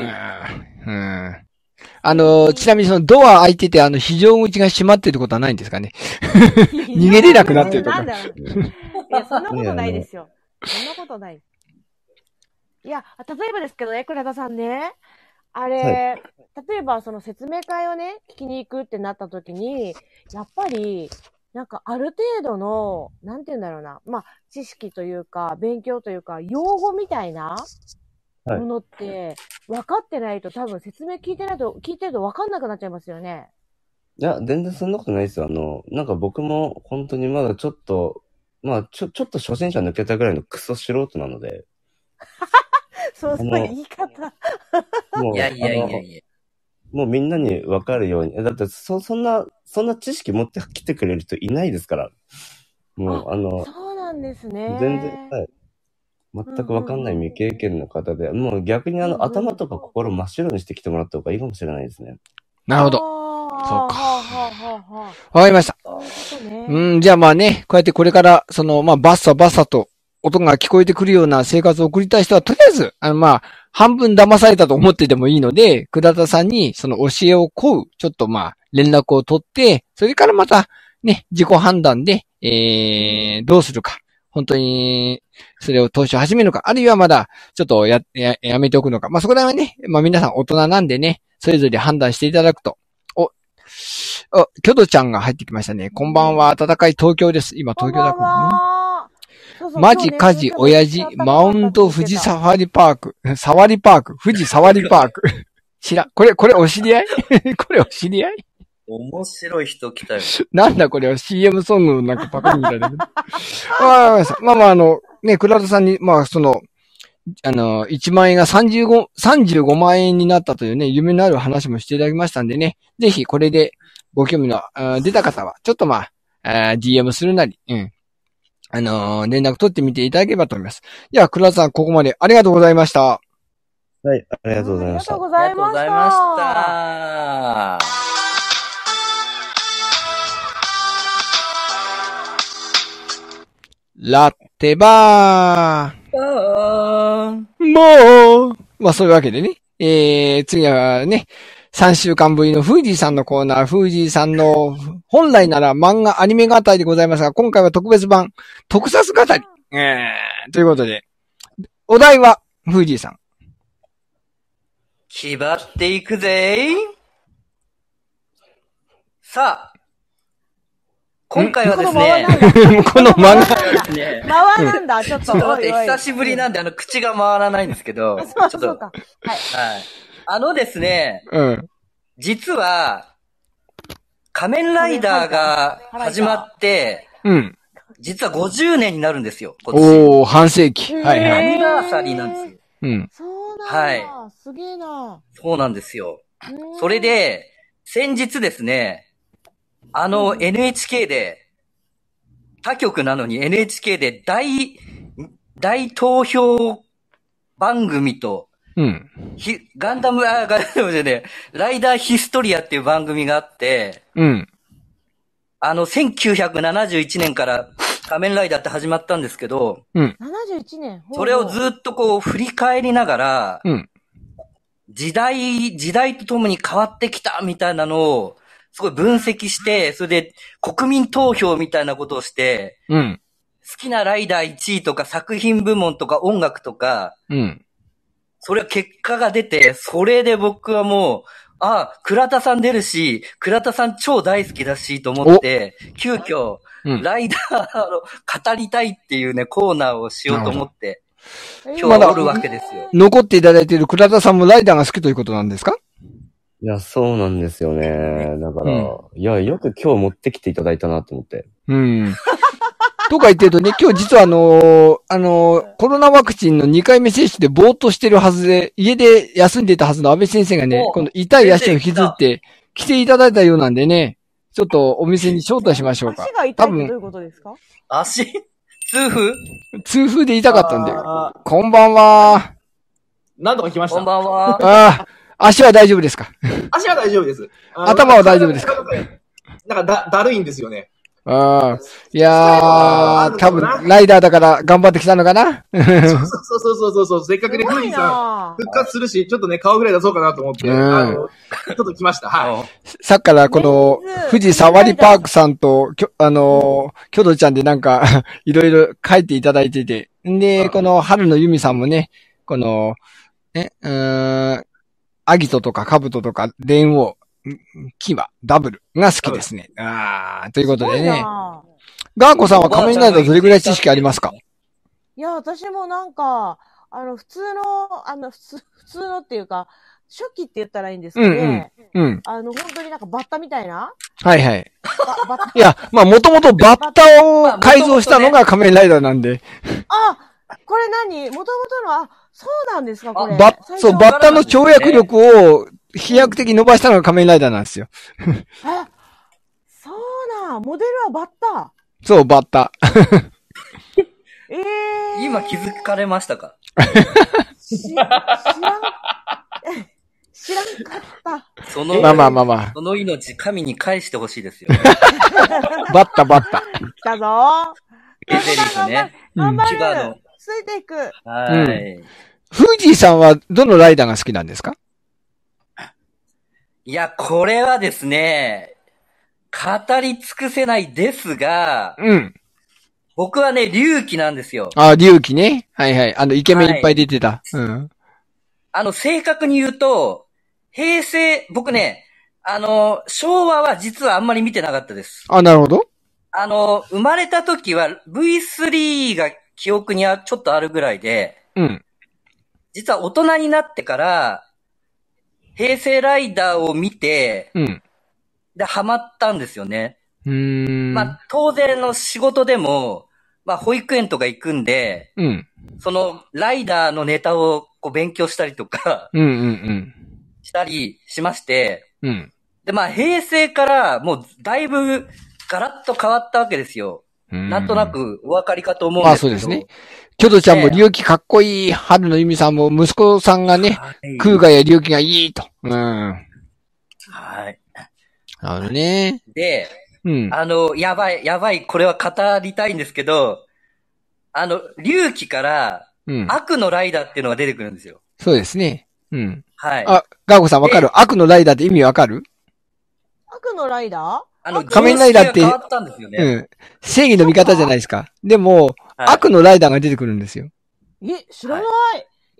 S1: あの、ちなみにそのドア開いてて、あの、非常口が閉まってることはないんですかね。逃げれなくなってるとか。
S3: いや、そんなことないですよ。そんなことない。いや、例えばですけどね、倉田さんね。あれ、はい、例えばその説明会をね、聞きに行くってなった時に、やっぱり、なんかある程度の、なんて言うんだろうな、まあ、知識というか、勉強というか、用語みたいなものって、分かってないと多分説明聞いてないと、聞いてると分かんなくなっちゃいますよね。
S4: いや、全然そんなことないですよ。あの、なんか僕も本当にまだちょっと、まあ、ちょ、ちょっと初心者抜けたぐらいのクソ素人なので。
S3: そうそう、言い方。
S2: もう、いやいやいやいや。
S4: もうみんなに分かるように。だって、そ、そんな、そんな知識持ってきてくれる人いないですから。もう、あ, あの、
S3: そうなんですね。
S4: 全然、はい。全く分かんない未経験の方で、うんうんうん、もう逆にあの、うんうん、頭とか心真っ白にしてきてもらった方がいいかもしれないですね。
S1: なるほど。 そうか。わかりました。うん、じゃあまあね、こうやってこれから、その、まあ、バッサバッサと音が聞こえてくるような生活を送りたい人は、とりあえず、あの、まあ、半分騙されたと思っててもいいので、倉田さんにその教えを請う、ちょっとまあ、連絡を取って、それからまた、ね、自己判断で、えー、どうするか。本当に、それを投資を始めるのか、あるいはまだ、ちょっとや、や、やめておくのか。まあ、そこら辺はね、まあ皆さん大人なんでね、それぞれ判断していただくと。お、お、キョドちゃんが入ってきましたね。こんばんは、暖かい東京です。今東京だからね。マジカジ親父、マウント富士サファリパーク。サワリパーク。富士サワリパーク。知らん。これ、これお知り合いこれお知り合い
S2: 面白い人来たよ。
S1: なんだこれは シーエム ソングのなんかパクリみたいだけど。あまあまああの、ね、倉田さんに、まあその、あの、いちまん円がさんじゅうご、さんじゅうごまん円になったというね、夢のある話もしていただきましたんでね、ぜひこれでご興味の出た方は、ちょっとまあ、ディーエム するなり、うん。あのー、連絡取ってみていただければと思います。では、倉田さん、ここまでありがとうございました。
S4: はい、ありがとうございました。
S3: ありがとうございました。ありがとうございました。
S1: ラッテバー。もう。まあそういうわけでね。えー、次はね、さんしゅうかんぶりのフージーさんのコーナー、フージーさんの本来なら漫画アニメ語りでございますが、今回は特別版、特撮語り。えー、ということで、お題は、フージーさん。
S2: 気張っていくぜさあ、今回はですね、
S1: この漫画
S3: ですね。回なんだ、ちょっと。
S2: ちょっと待って、久しぶりなんで、あの、口が回らないんですけど、ちょっと、はい。はい。あのですね、
S1: うん。
S2: 実は、仮面ライダーが始まって、
S1: うん。
S2: 実はごじゅうねんになるんですよ、
S1: 今年。おー、半世紀。はいはい。
S2: アニバーサリーなんですよ。
S1: うん。
S3: そうなんだ。はい。すげえな。
S2: そうなんですよ。それで、先日ですね、あの エヌエイチケー で、他局なのに エヌエイチケー で大、大投票番組と、
S1: うん。
S2: ひ、ガンダム、あ、ガンダムじゃねえ、ライダーヒストリアっていう番組があって、
S1: うん。
S2: あの、せんきゅうひゃくななじゅういちねんから仮面ライダーって始まったんですけど、
S1: うん。
S3: ななじゅういちねん。
S2: それをずっとこう振り返りながら、
S1: うん。
S2: 時代、時代とともに変わってきたみたいなのを、すごい分析して、それで国民投票みたいなことをして、
S1: うん。
S2: 好きなライダーいちいとか作品部門とか音楽とか、
S1: うん。
S2: それは結果が出て、それで僕はもう、ああ、倉田さん出るし、倉田さん超大好きだしと思って、急遽、うん、ライダーを語りたいっていうね、コーナーをしようと思って、今日はおるわけですよ。
S1: 残っていただいている倉田さんもライダーが好きということなんですか？
S4: いや、そうなんですよね。だから、うん、いや、よく今日持ってきていただいたなと思って。
S1: うん。とか言ってるとね、今日実はあのー、あのー、コロナワクチンのにかいめ接種でぼーっとしてるはずで、家で休んでたはずの安倍先生がね、この痛い足を引きずって来ていただいたようなんでね、ちょっとお店に招待しましょうか。
S3: 足が痛いってどういうことですか？
S2: 足痛風
S1: 痛風で痛かったんで。こんばんは。
S5: 何とか来ました。
S2: こんばんは。
S1: ああ、足は大丈夫ですか？
S5: 足は大丈夫です。
S1: 頭は大丈夫ですか？
S5: なんかだ、だるいんですよね。
S1: ああ。いやー、多分、ライダーだから頑張ってきたのかな？
S5: そうそうそうそうそう。せっかくね、フージーさん復活するし、ちょっとね、顔ぐらい出そうかなと思って、うん、あの、ちょっと来ました。はい。
S1: さっきからこの、富士サワリパークさんと、きょあのー、キョドちゃんでなんか、いろいろ書いていただいてて、んで、この春のユミさんもね、この、え、うーん、アギトとかカブトとか、電王、キワ、ダブルが好きですね。ああ、ということでね。ガーコさんは仮面ライダーどれぐらい知識ありますか？
S3: いや、私もなんか、あの、普通の、あの、普通、普通のっていうか、初期って言ったらいいんですかね。うん、うん。うん。あの、本当になんかバッタみたいな？
S1: はいはい。バッタいや、まあ、もともとバッタを改造したのが仮面ライダーなんで。
S3: あ、これ何？もともとの、あ、そうなんですか、これ。
S1: バッ、そう、バッタの跳躍力を飛躍的に伸ばしたのが仮面ライダーなんですよ。
S3: え、そうなん、モデルはバッタ。
S1: そう、バッタ。
S3: えー、
S2: 今気づかれましたか？
S3: 知らん、 知らんかった。
S2: その、
S1: まあまあまあまあ。
S2: その命、神に返してほしいですよ。
S1: バッタバッタ。
S3: 来たぞー。
S2: エゼリスね。
S3: 頑張る。
S2: 千葉の。
S3: ついていく。
S2: はい。
S1: フージーさんはどのライダーが好きなんですか？
S2: いや、これはですね、語り尽くせないですが、
S1: うん。
S2: 僕はね、龍騎なんですよ。
S1: ああ、龍騎ね。はいはい。あの、イケメンいっぱい出てた。はい、うん。
S2: あの、正確に言うと、平成、僕ね、あの、昭和は実はあんまり見てなかったです。
S1: あ、なるほど。
S2: あの、生まれた時は ブイスリー が記憶にはちょっとあるぐらいで、
S1: うん。
S2: 実は大人になってから、平成ライダーを見て、
S1: うん。
S2: で、ハマったんですよね。
S1: うーん。
S2: まあ、当然の仕事でも、まあ、保育園とか行くんで、
S1: うん。
S2: その、ライダーのネタをこう勉強したりとか、
S1: うんうんうん。
S2: したりしまして、
S1: うん。
S2: で、まあ、平成からもうだいぶガラッと変わったわけですよ。んなんとなくお分かりかと思うんですけど。
S1: まあそうですね。キョドちゃんも龍騎かっこいい、春の由美さんも息子さんがね、はい、空海や龍騎がいいと。うん。はい。あのね。
S2: で、
S1: うん。
S2: あの、やばい、やばい、これは語りたいんですけど、あの、龍騎から、悪のライダーっていうのが出てくるんですよ。
S1: そうですね。うん。
S2: はい。
S1: あ、ガーゴさんわかる？悪のライダーって意味わかる？
S3: 悪のライダー？
S2: あの、
S1: 仮面ライダーって、
S2: 変わったんですよね。
S1: うん。正義の味方じゃないですか。でも、はい、悪のライダーが出てくるんですよ。
S3: え、知らない。はい、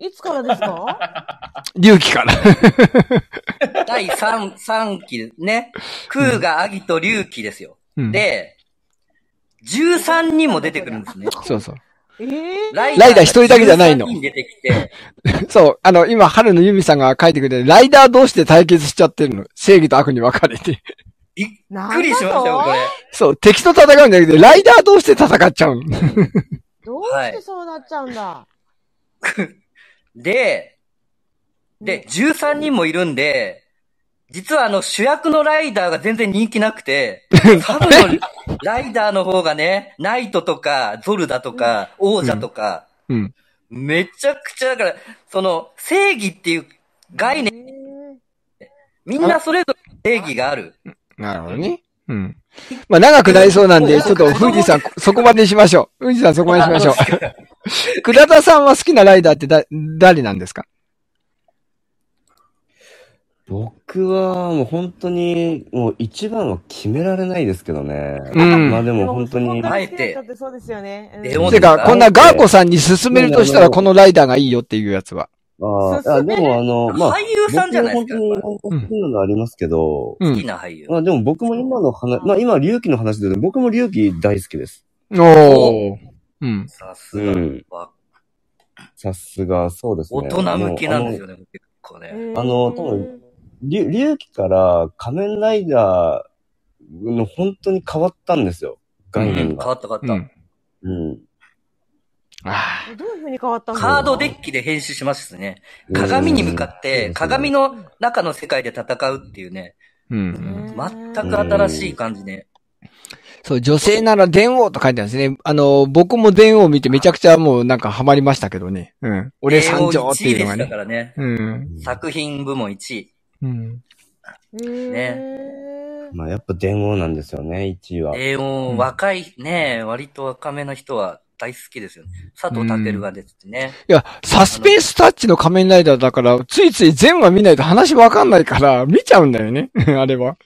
S3: いつからですか？
S1: 龍騎から。
S2: だいさん、さんきね。空がアギと龍騎ですよ。うん、で、じゅうさんにんも出てくるんですね。
S1: そうそう。
S3: えー、
S1: ライダー一人だけじゃないの。
S2: じゅうさんにん出てきて。
S1: そう。あの、今、春の由美さんが書いてくれて、ライダー同士で対決しちゃってるの。正義と悪に分かれて。
S2: びっくりしましたよ、これ。
S1: そう。敵と戦うんじゃなくて、ライダー同士で戦っちゃうの。
S3: どうしてそうなっちゃうんだ。は
S2: い、で、で、じゅうさんにんもいるんで、実はあの主役のライダーが全然人気なくて、サブのライダーの方がね、ナイトとか、ゾルダとか、王者とか、うんうん、めちゃくちゃだから、その正義っていう概念、みんなそれぞれ正義がある。
S1: なるほどね。うん。まあ長くなりそうなんで、ちょっと富士山そこまでにしましょう。富士山そこまでにしましょう。倉田さんは好きなライダーってだ、誰なんですか？
S4: 僕はもう本当にもう一番は決められないですけどね。うん。まあでも本当に。
S2: あえて。
S3: そうですよね。
S1: うん、てか、こんなガーコさんに勧めるとしたらこのライダーがいいよっていうやつは。
S4: ああ、でもあの、まあ。
S2: 俳優さんじゃないですか。
S4: 本当に好きなのありますけど。
S2: 好きな俳優。
S4: まあでも僕も今の話、まあ今龍騎の話で、僕も龍騎大好きです。
S1: おー。うん。
S2: さすが。うん、
S4: さすが、そうですね。
S2: 大人向きなんですよね、結構ね。
S4: あの、多分、龍騎から仮面ライダーの本当に変わったんですよ。概念が。
S2: うん、変わった変わった。うん。
S4: うん、
S3: ああ。どういう風に変わったんだ
S2: ろう。カードデッキで変身しますね。鏡に向かって、鏡の中の世界で戦うっていうね。うん。全く新しい感じね。
S1: そう、女性なら電王と書いてあるんですね。あの、僕も電王見てめちゃくちゃもうなんかハマりましたけどね。うん。俺参上っていうのがね。
S2: だからね。
S1: うん。
S2: 作品部門いちい。
S1: うん。
S2: ね。
S4: まあやっぱ電王なんですよね、いちいは。
S2: 電王、うん、若いね、割と若めの人は大好きですよね。佐藤健が出ててね。
S1: いや、サスペンスタッチの仮面ライダーだから、ついつい全話見ないと話わかんないから、見ちゃうんだよね、あれは。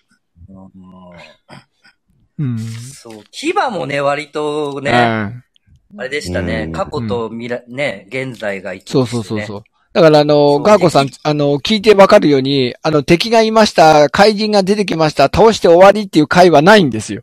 S2: うん、そう、牙もね、割とね、あれでしたね。過去と未来、ね、現在が一致、ね。
S1: そうそうそうそう。だからあの、ガーコさん、あの、聞いてわかるように、あの、敵がいました、怪人が出てきました、倒して終わりっていう回はないんですよ。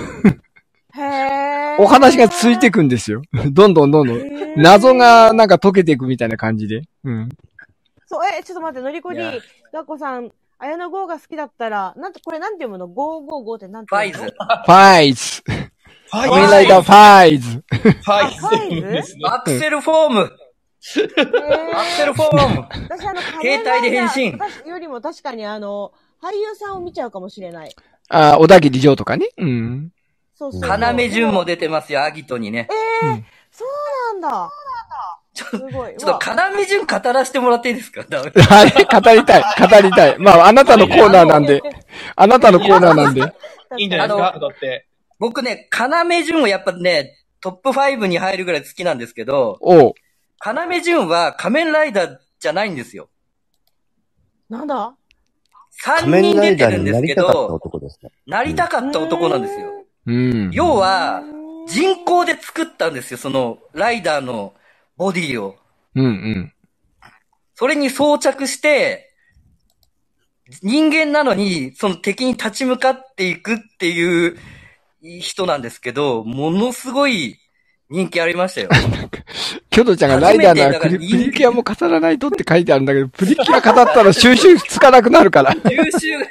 S3: へ
S1: お話がついてくんですよ。どんどんどんどん。謎がなんか解けていくみたいな感じで。うん。
S3: そう、え、ちょっと待って、のりこに、ガーコさん、綾野剛が好きだったら、なんて、これなんて読むの ?ごーごーごー ってなんて読むの？
S2: ファイズ。
S1: ファイズ。仮面ライダーファイズ。フ
S2: ァイズアクセルフォーム。アクセルフォーム。
S3: 私あの、
S2: 携帯で変身。
S3: 私よりも確かにあの、俳優さんを見ちゃうかもしれない。
S1: ああ、小田切城とかね。うん。
S3: そうそう。
S2: 要潤も出てますよ、アギトにね。
S3: ええー、うん、そうなんだ。
S2: ちょっと、ちょっと、かなみ順語らせてもらっていいですか？ダメ。
S1: あれ語りたい。語りたい。まあ、あなたのコーナーなんで。あなたのコーナーなんで。
S5: いいんじゃないですか？だって。
S2: 僕ね、かなめ順はやっぱね、トップファイブに入るぐらい好きなんですけど、
S1: おう。
S2: かなめ順は仮面ライダーじゃないんですよ。
S3: なんだ？
S2: さんにん出てるんですけど、なりたかった男なんですよ。
S1: うん。
S2: 要は、人工で作ったんですよ、その、ライダーのボディを。
S1: うんうん。
S2: それに装着して、人間なのに、その敵に立ち向かっていくっていう人なんですけど、ものすごい人気ありましたよ。
S1: キョドちゃんがライダーならプリ、プリキュアも語らないとって書いてあるんだけど、プリキュア語ったら収集つかなくなるから。収集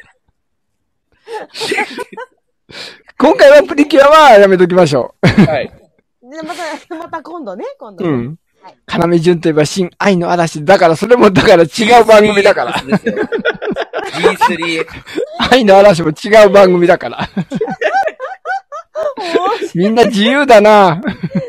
S1: 今回はプリキュアはやめときましょう。はい。
S3: で、また、また今度ね、今度。
S1: うん。かなめ順といえば新愛の嵐。だからそれもだから違う番組だから。ジー
S2: スリー。
S1: 愛の嵐も違う番組だから。みんな自由だな。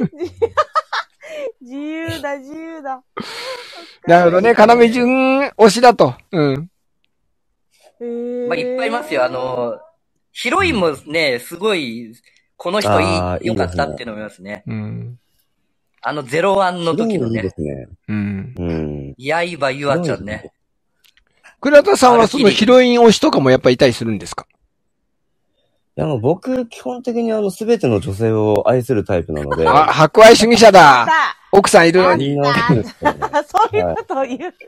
S3: 自由だ、自由だ。
S1: なるほどね。かなめ順推しだと。うん。
S2: えー、まあ、いっぱいいますよ。あの、ヒロインもね、すごい、この人いい、良かったっていうのもいますね。うん。あの、ゼロワンの時のね。いいですね。うん。うん。やいばゆあちゃんね。
S1: 倉田さんはそのヒロイン推しとかもやっぱいたりするんですか？
S4: いや、もう僕、基本的にあの、すべての女性を愛するタイプなので。
S1: あ、博愛主義者だ。奥さんいるのに。
S3: そういうことを言う。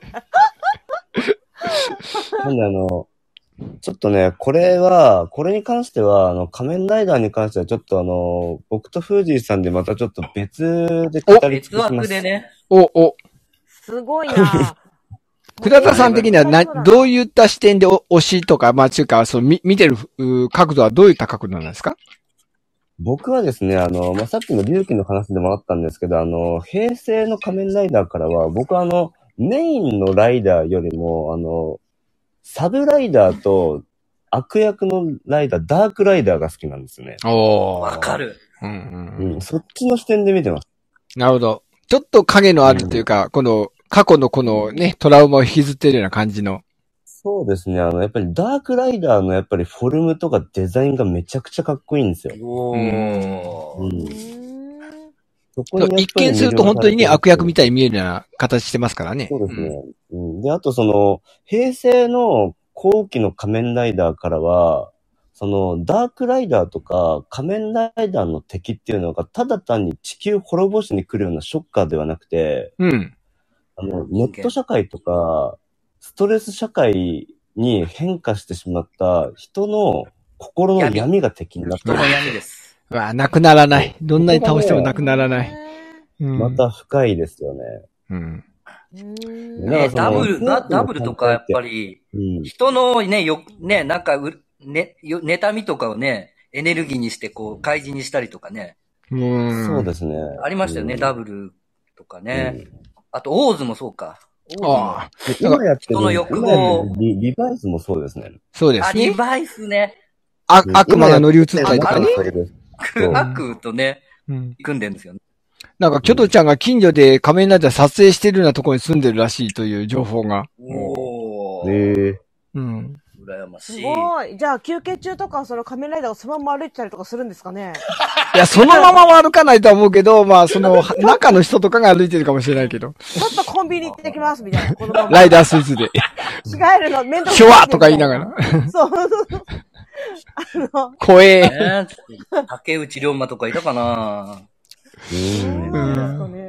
S4: なんであの、ちょっとね、これは、これに関しては、あの、仮面ライダーに関しては、ちょっとあの、僕とフージーさんでまたちょっと別で語り尽くします。別枠でね。
S1: お、お。
S3: すごいな
S1: 倉田さん的にはな、どういった視点で推しとか、まあ、ちゅうか、そう、見、見てる角度はどういった角度なんですか？
S4: 僕はですね、あの、まあ、さっきの龍騎の話でもあったんですけど、あの、平成の仮面ライダーからは、僕はあの、メインのライダーよりも、あの、サブライダーと悪役のライダー、ダークライダーが好きなんですよね。
S2: おー。わかる。
S4: うんうんうん。そっちの視点で見てます。
S1: なるほど。ちょっと影のあるというか、うん、この、過去のこのね、トラウマを引きずっているような感じの。
S4: そうですね。あの、やっぱりダークライダーのやっぱりフォルムとかデザインがめちゃくちゃかっこいいんですよ。おー。うん。
S1: そこに一見すると本当にね、悪役みたいに見えるような形してますからね。
S4: そうですね。うん、で、あとその、平成の後期の仮面ライダーからは、その、ダークライダーとか仮面ライダーの敵っていうのが、ただ単に地球滅ぼしに来るようなショッカーではなくて、うん。あの、ネット社会とか、ストレス社会に変化してしまった人の心の闇が敵になってる。
S2: 人の闇です。
S1: うわ、なくならない。どんなに倒してもなくならない。
S4: うん、また深いですよね。うん。
S2: ね、ダブル、ダブルとかやっぱり、うん、人のね、よ、ね、なんかう、ね、妬みとかをね、エネルギーにしてこう、開示にしたりとかね。
S4: うん。そうですね。
S2: ありましたよね、うん、ダブルとかね。うん、あと、オーズもそうか。
S4: ああ。今やってる人の欲望リ。リバイスもそうですね。
S1: そうですね。
S2: あ、リバイスね。
S1: あ、悪魔が乗り移ったりとかね。
S2: 悪とね、うん、組んでるんですよね。
S1: なんか、キョトちゃんが近所で仮面ライダー撮影してるようなところに住んでるらしいという情報が。お
S4: ー。へー。
S1: うん。
S2: 羨ましい。
S3: すごい。じゃあ、休憩中とか、その仮面ライダーをそのまま歩いてたりとかするんですかね？
S1: いや、そのままは歩かないとは思うけど、まあ、その、中の人とかが歩いてるかもしれないけど。
S3: ちょっとコンビニ行ってきます、みたいな。このまま
S1: ライダースーツで。
S3: 着替えるのめんどくさい。
S1: シュワーとか言いながら。そう。あの、怖え。
S2: ね、竹内涼真とかいたかな
S1: うん。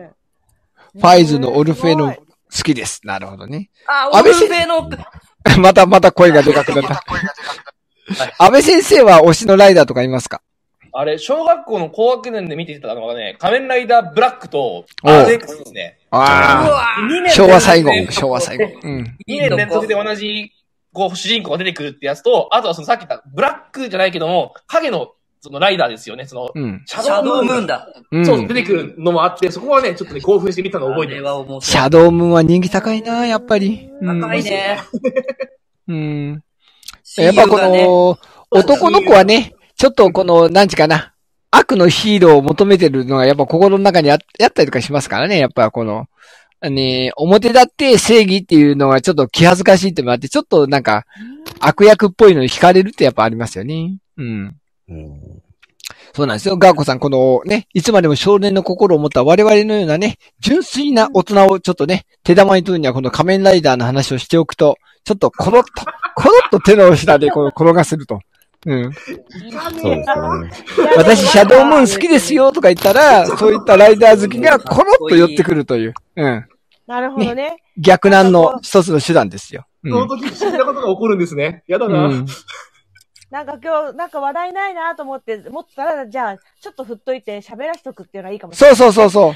S1: ファイズのオルフェの好きです。なるほどね。
S2: あ、オルフェの。
S1: またまた声がでかくなった。安倍先生は推しのライダーとかいますか？
S5: あれ、小学校の高学年で見ていたのがね、仮面ライダーブラックと アールエックス ですね。
S1: ああ。昭和最後。昭和最後。うん。
S5: にねん連続で同じ、こう、主人公が出てくるってやつと、あとはそのさっき言ったブラックじゃないけども、影のそのライダーですよね。その、
S2: うん、シャドウムーンだ。
S5: そう、出てくるのもあって、そこはね、ちょっとね、興奮してみたのを覚えてる。
S1: シャドウムーンは人気高いな、やっぱり。
S2: 高いね。
S1: うん。やっぱこの、男の子はね、ちょっとこの、なんちかな。 悪のヒーローを求めてるのがやっぱ心の中にあやったりとかしますからね。やっぱこの、ね、表立って正義っていうのがちょっと気恥ずかしいってのもあって、ちょっとなんか悪役っぽいのに惹かれるってやっぱありますよね。うん。うん、そうなんですよ。ガーコさん、このね、いつまでも少年の心を持った我々のようなね、純粋な大人をちょっとね、手玉に取るにはこの仮面ライダーの話をしておくと、ちょっとコロッと、コロッと手のひらでこの転がせると。うん。そうですね。私、シャドウムーン好きですよとか言ったら、そういったライダー好きがコロッと寄ってくるという。うん。
S3: なるほどね。ね、
S1: 逆難の一つの手段ですよ。
S5: うん、その時不思議なことが起こるんですね。やだな。うん、
S3: なんか今日、なんか話題ないなと思って、思ったら、じゃあ、ちょっと振っといて喋らしとくっていうのはいいかもしれない。
S1: そうそうそうそう。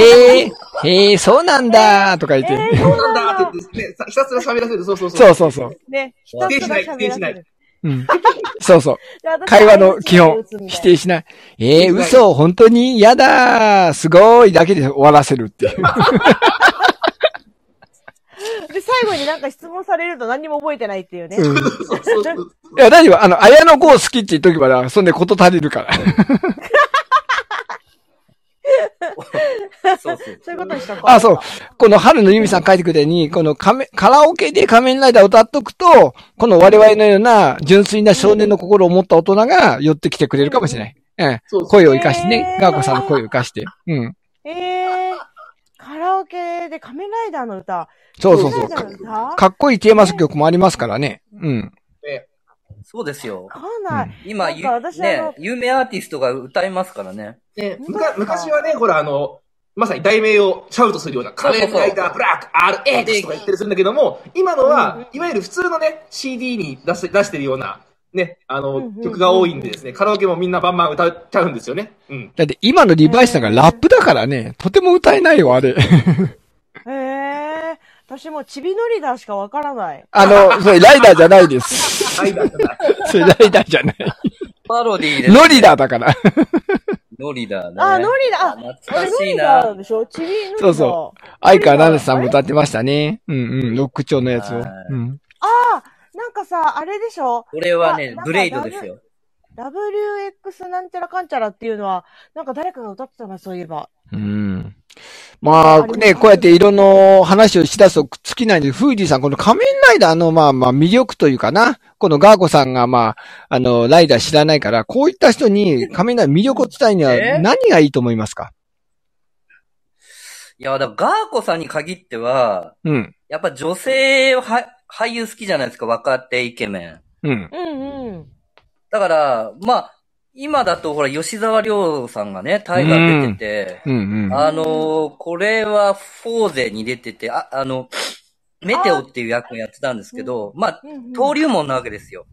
S1: へえ、へえ、そうなんだとか言って。
S5: えー、そうなんだって言って、ね、ひたすら喋らせる。そうそうそう。
S1: そうそうそう。
S3: ね、ひたすら喋らせる。否定しない。
S1: うん。そうそう。会話の基本、否定しない。ええー、嘘、本当に嫌だすごいだけで終わらせるっていう。
S3: で、最後になんか質問されると何にも覚えてないっていうね。うん、い
S1: や、大丈夫。あの、綾野剛好きって言っとけばな、そんでこと足りるから。
S3: そうそう。そういうことにしとこう。
S1: あ、そう。この春の由美さん書いてくれに、このカメカラオケで仮面ライダーを歌っとくと、この我々のような純粋な少年の心を持った大人が寄ってきてくれるかもしれない。うん。うん、声を生かしてね。ガーコさんの声を生かして。うん。
S3: ええー、カラオケで仮面ライダーの歌。
S1: そうそうそう。か, かっこいいテーマ曲もありますからね。うん。
S2: そうですよ。
S3: かなり。
S2: 今、ね、有名アーティストが歌いますからね。
S5: ね、昔はね、ほら、あの、まさに題名をシャウトするような仮面ライダーブラック アールエックス とか言ったりするんだけども、今のは、いわゆる普通のね、シーディー に出し、出してるような、ね、あの、曲が多いんでですね、カラオケもみんなバンバン歌っちゃうんですよね。うん。
S1: だって今のリバイスさんがラップだからね、とても歌えないよ、あれ。
S3: へえ。私もチビノリダーしかわからない。
S1: あの、それライダーじゃないです。ライダーじゃない。それライダーじゃない。
S2: パロディーです、
S1: ね。ノリダーだから。
S2: ノリダーね。
S3: あ、ノリダー。あ、
S2: 懐かしいな。
S3: ノリダーでしょチビノリダー。
S1: そうそう。相川七瀬さんも歌ってましたね。うんうん。ロック調のやつを。うん。あ
S3: あ、なんかさ、あれでしょ
S2: これはね、ブレイドですよ。
S3: ダブリューエックス なんちゃらかんちゃらっていうのは、なんか誰かが歌ってたな、そういえば。
S1: うん。まあね、こうやっていろんな話をしだすと尽きないんで、フーディさん、この仮面ライダーのまあまあ魅力というかな、このガーコさんがまあ、あの、ライダー知らないから、こういった人に仮面ライダー魅力を伝えるには何がいいと思いますか？
S2: いや、だからガーコさんに限っては、
S1: うん。
S2: やっぱ女性は俳優好きじゃないですか、若手イケメン。
S1: うん。
S3: うんうん。
S2: だから、まあ、今だとほら、吉沢亮さんがね、タイガー出てて、
S1: うんうんうん、
S2: あのー、これはフォーゼに出てて、あ、あの、メテオっていう役をやってたんですけど、まあ、登竜門なわけですよ。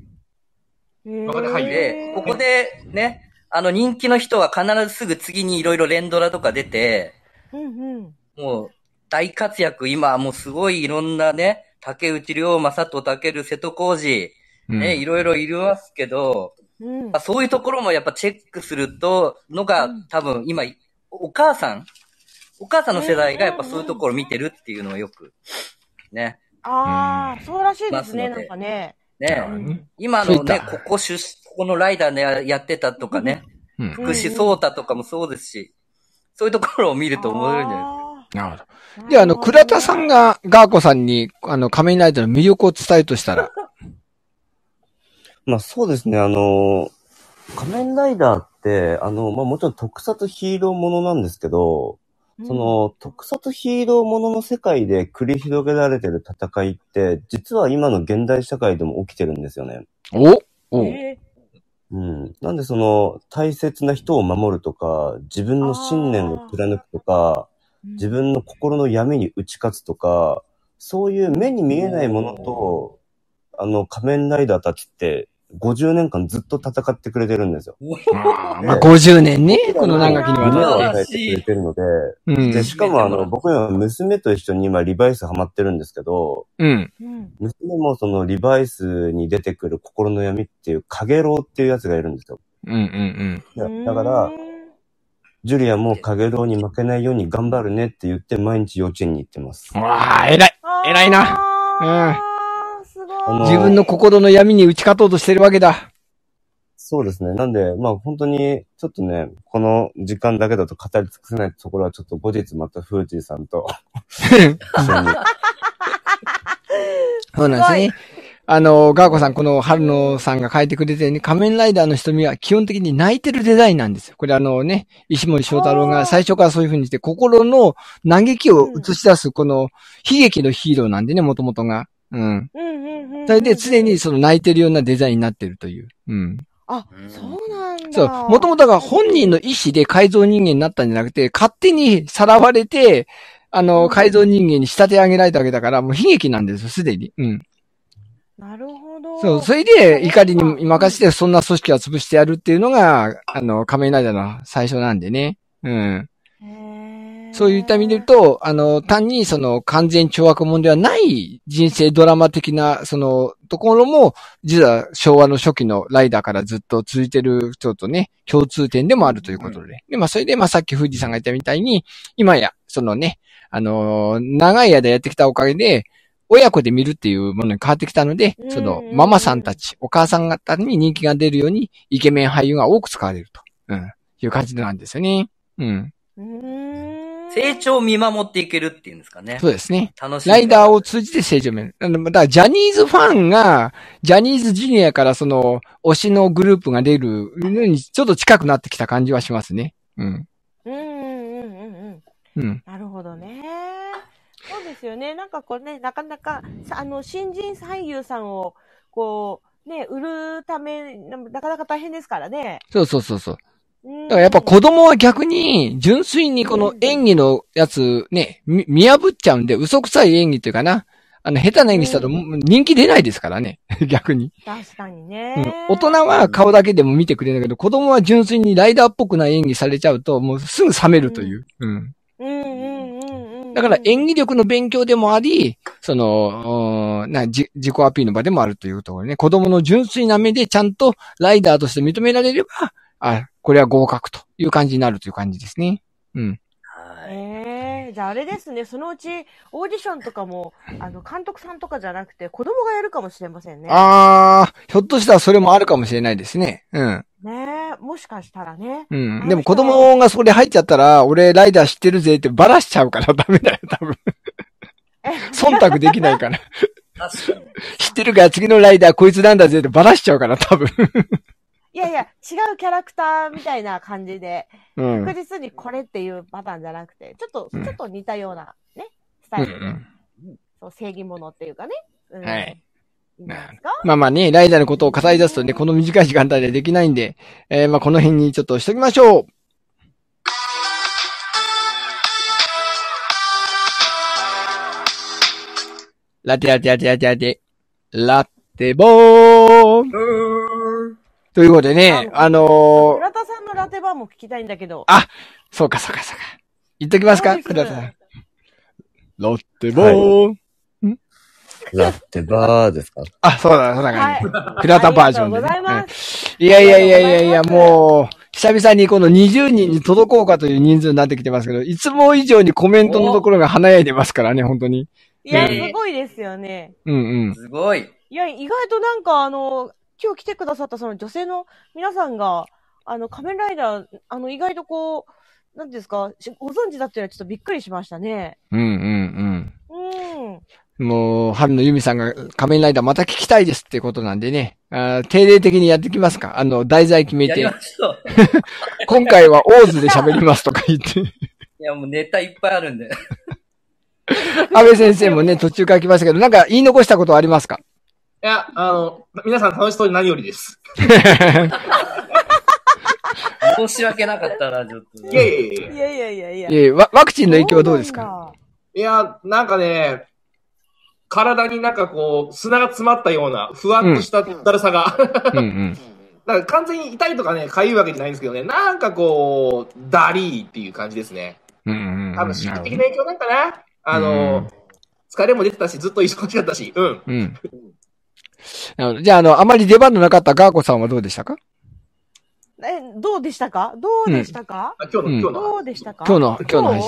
S2: で、ここでね、あの人気の人は必ずすぐ次にいろいろ連ドラとか出て、
S3: うんうん、
S2: もう大活躍、今もうすごいいろんなね、竹内涼真、佐藤健、瀬戸康史、ね、いろいろいますけど、
S3: うん
S2: まあ、そういうところもやっぱチェックすると、のが、うん、多分今、お母さんお母さんの世代がやっぱそういうところを見てるっていうのはよく、ね。
S3: ああ、そうらしいですね、なんかね。
S2: ね、うん、今のね、ここ出、ここのライダーでやってたとかね、うん、福士蒼太とかもそうですし、そういうところを見ると思えるんじゃないですか。
S1: なるほど。で、あの、倉田さんがガーコさんに、あの、仮面ライダーの魅力を伝えるとしたら。
S4: まあそうですね、あの、仮面ライダーって、あの、まあもちろん特撮ヒーローものなんですけど、うん、その特撮ヒーローものの世界で繰り広げられてる戦いって、実は今の現代社会でも起きてるんですよね。
S1: おお、
S3: え
S4: ー、うん。なんでその大切な人を守るとか、自分の信念を貫くとか、自分の心の闇に打ち勝つとか、そういう目に見えないものと、あの仮面ライダーたちって、ごじゅうねんかんずっと戦ってくれてるんですよ。
S1: まあ、ごじゅうねんね、この長きにわ
S4: たって。夢を与えてくれてるので、うん、で、しかもあの、僕は娘と一緒に今リバイスハマってるんですけど、
S1: うん、
S4: 娘もそのリバイスに出てくる心の闇っていう影郎っていうやつがいるんですよ。
S1: うんうん
S4: うん。だから、ジュリアも影郎に負けないように頑張るねって言って毎日幼稚園に行ってます。
S1: わあ、偉い偉いな。うん。自分の心の闇に打ち勝とうとしてるわけだ。
S4: そうですね。なんで、まあ本当に、ちょっとね、この時間だけだと語り尽くせないところは、ちょっと後日またフージーさんと一緒に。
S1: そうなんですね。あの、ガーコさん、この春野さんが書いてくれてね、仮面ライダーの瞳は基本的に泣いてるデザインなんですよ。これあのね、石森章太郎が最初からそういう風にして、心の嘆きを映し出す、この悲劇のヒーローなんでね、もともとが。うん。それで常にその泣いてるようなデザインになってるという。うん。
S3: あ、そうなんだ。
S1: そう。もともとが本人の意思で改造人間になったんじゃなくて、勝手にさらわれて、あの、改造人間に仕立て上げられたわけだから、もう悲劇なんですよ、すでに。うん。
S3: なるほど。
S1: そう、それで怒りに任せてそんな組織は潰してやるっていうのが、あの、仮面ライダーの最初なんでね。うん。そういった意味で言うと、あの、単にその完全懲悪者ではない人生ドラマ的な、その、ところも、実は昭和の初期のライダーからずっと続いてるちょっとね、共通点でもあるということで。うん、で、まあ、それで、まあ、さっき藤井さんが言ったみたいに、今や、そのね、あの、長い間やってきたおかげで、親子で見るっていうものに変わってきたので、その、ママさんたち、お母さん方に人気が出るように、イケメン俳優が多く使われると、うん、いう感じなんですよね。うん。
S2: 成長を見守っていけるっていうんですかね。
S1: そうですね。
S2: 楽しい。
S1: ライダーを通じて成長を見る。だからジャニーズファンが、ジャニーズジュニアからその、推しのグループが出るのに、ちょっと近くなってきた感じはしますね。うん。
S3: うんうんうんうん
S1: うん。
S3: なるほどね。そうですよね。なんかこうね、なかなか、あの、新人俳優さんを、こう、ね、売るため、なかなか大変ですからね。
S1: そうそうそうそう。だからやっぱ子供は逆に、純粋にこの演技のやつね、見、見破っちゃうんで、嘘くさい演技っていうかな。あの、下手な演技したら人気出ないですからね。逆に。
S3: 確かにね、
S1: うん。大人は顔だけでも見てくれるんだけど、子供は純粋にライダーっぽくない演技されちゃうと、もうすぐ冷めるという。うん。
S3: うんうんうんうん。
S1: だから演技力の勉強でもあり、その、な自己アピールの場でもあるというところね。子供の純粋な目でちゃんとライダーとして認められれば、あ、これは合格という感じになるという感じですね。うん。
S3: はい。えー、じゃああれですね、そのうちオーディションとかも、あの、監督さんとかじゃなくて子供がやるかもしれませんね。
S1: あー、ひょっとしたらそれもあるかもしれないですね。うん。
S3: ねえ、もしかしたらね。
S1: うん。でも子供がそこで入っちゃったら、俺ライダー知ってるぜってバラしちゃうからダメだよ、多分。忖度できないから。
S2: 確かに。
S1: 知ってるから次のライダーこいつなんだぜってバラしちゃうから、多分。
S3: いやいや、違うキャラクターみたいな感じで、うん、確実にこれっていうパターンじゃなくて、ちょっと、うん、ちょっと似たようなね、スタイルで、うんうん、そう正義者っていうかね。うん、はい。いいんですか？
S1: まあまあね、ライダーのことを語り出すとね、この短い時間帯でできないんで、えー、まあこの辺にちょっとしときましょう。ラテラテラテラテラテ、ラテボーということでね、あのー、
S3: 倉田さんのラテバーも聞きたいんだけど。
S1: あ、そうかそうかそうか。言っときますか倉田さん。ラテバー、はい、
S4: んラテバーですか？
S1: あ、そうだ、そうだ感じ。はい、倉田バージョンで、ね。
S3: ありがとうございます。
S1: いやいやいやいやいや、もう、久々にこのにじゅうにんに届こうかという人数になってきてますけど、いつも以上にコメントのところが華やいでますからね、本当に。
S3: いや、すごいですよね。
S1: うんうん。
S2: すごい。
S3: いや、意外となんかあの、今日来てくださったその女性の皆さんが、あの、仮面ライダー、あの、意外とこう、なんですか、ご存知だっていうのはちょっとびっくりしましたね。
S1: うんうん
S3: うん。
S1: うん。もう、春野由美さんが仮面ライダーまた聞きたいですってことなんでね。あ定例的にやってきますか？あの、題材決めて。
S2: やりましょう。
S1: 今回はオーズで喋りますとか言って。
S2: いや、もうネタいっぱいあるんで。
S1: 安倍先生もね、途中から来ましたけど、なんか言い残したことはありますか？
S5: いや、あの、皆さん楽しそうに何よりです。
S2: 申し訳なかったな、ちょっと。
S5: いやいやいや
S3: いやいやいやいや。
S1: いやいやワ、ワクチンの影響はどうですか？
S5: いや、なんかね、体になんかこう、砂が詰まったような、ふわっとしただるさが。うんうん。なんか完全に痛いとかね、痒いわけじゃないんですけどね、なんかこう、ダリーっていう感じですね。
S1: うんうんうん、
S5: 多分、心理的な影響なんかな。あの、うん、疲れも出てたし、ずっと忙しかったし、うん。うん。
S1: なるほど。じゃあ、あの、あまり出番のなかったガーコさんはどうでしたか？
S3: え、どうでしたか？どうでしたか？
S5: うん、今日の、今日の。
S3: どうでしたか？
S1: 今日の、今日の配信は。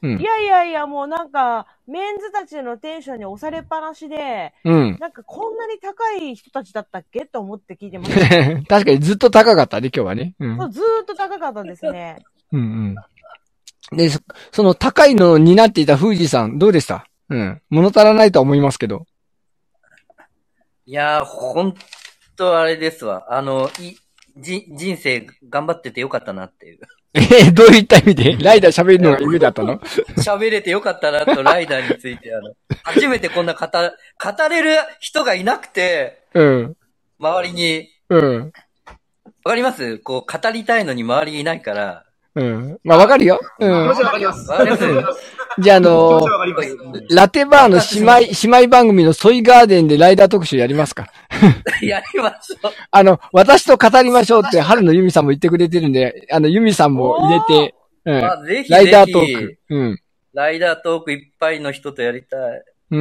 S1: うん。
S3: いやいやいや、もうなんか、メンズたちのテンションに押されっぱなしで、
S1: うん。
S3: なんかこんなに高い人たちだったっけと思って聞いてました。
S1: 確かにずっと高かったね、今日はね。うん。
S3: そう、ずーっと高かったですね。
S1: うんうん。で、そ、その高いのを担っていた富士さん、どうでした？うん。物足らないとは思いますけど。
S2: いやー、ほんとあれですわ。あの、い、じ、人生頑張っててよかったなっていう。
S1: えー、どういった意味でライダー喋るのが夢だったの？
S2: 喋れてよかったなと、ライダーについて、あの、初めてこんな語、語れる人がいなくて、
S1: うん。
S2: 周りに。
S1: うん。
S2: わかります？こう、語りたいのに周りにいないから。
S1: うん。まあ、わかるよ。うん。
S5: わかります。
S2: わかります。
S1: じゃあ、あのー、ラテバーの姉妹、姉妹番組のソイガーデンでライダー特集やりますか？
S2: やりましょう。
S1: あの、私と語りましょうって春のユミさんも言ってくれてるんで、あの、ユミさんも入れて、うん。
S2: あ、ぜひぜひ。
S1: ライダートーク。うん。
S2: ライダートークいっぱいの人とやりたい。
S1: うん。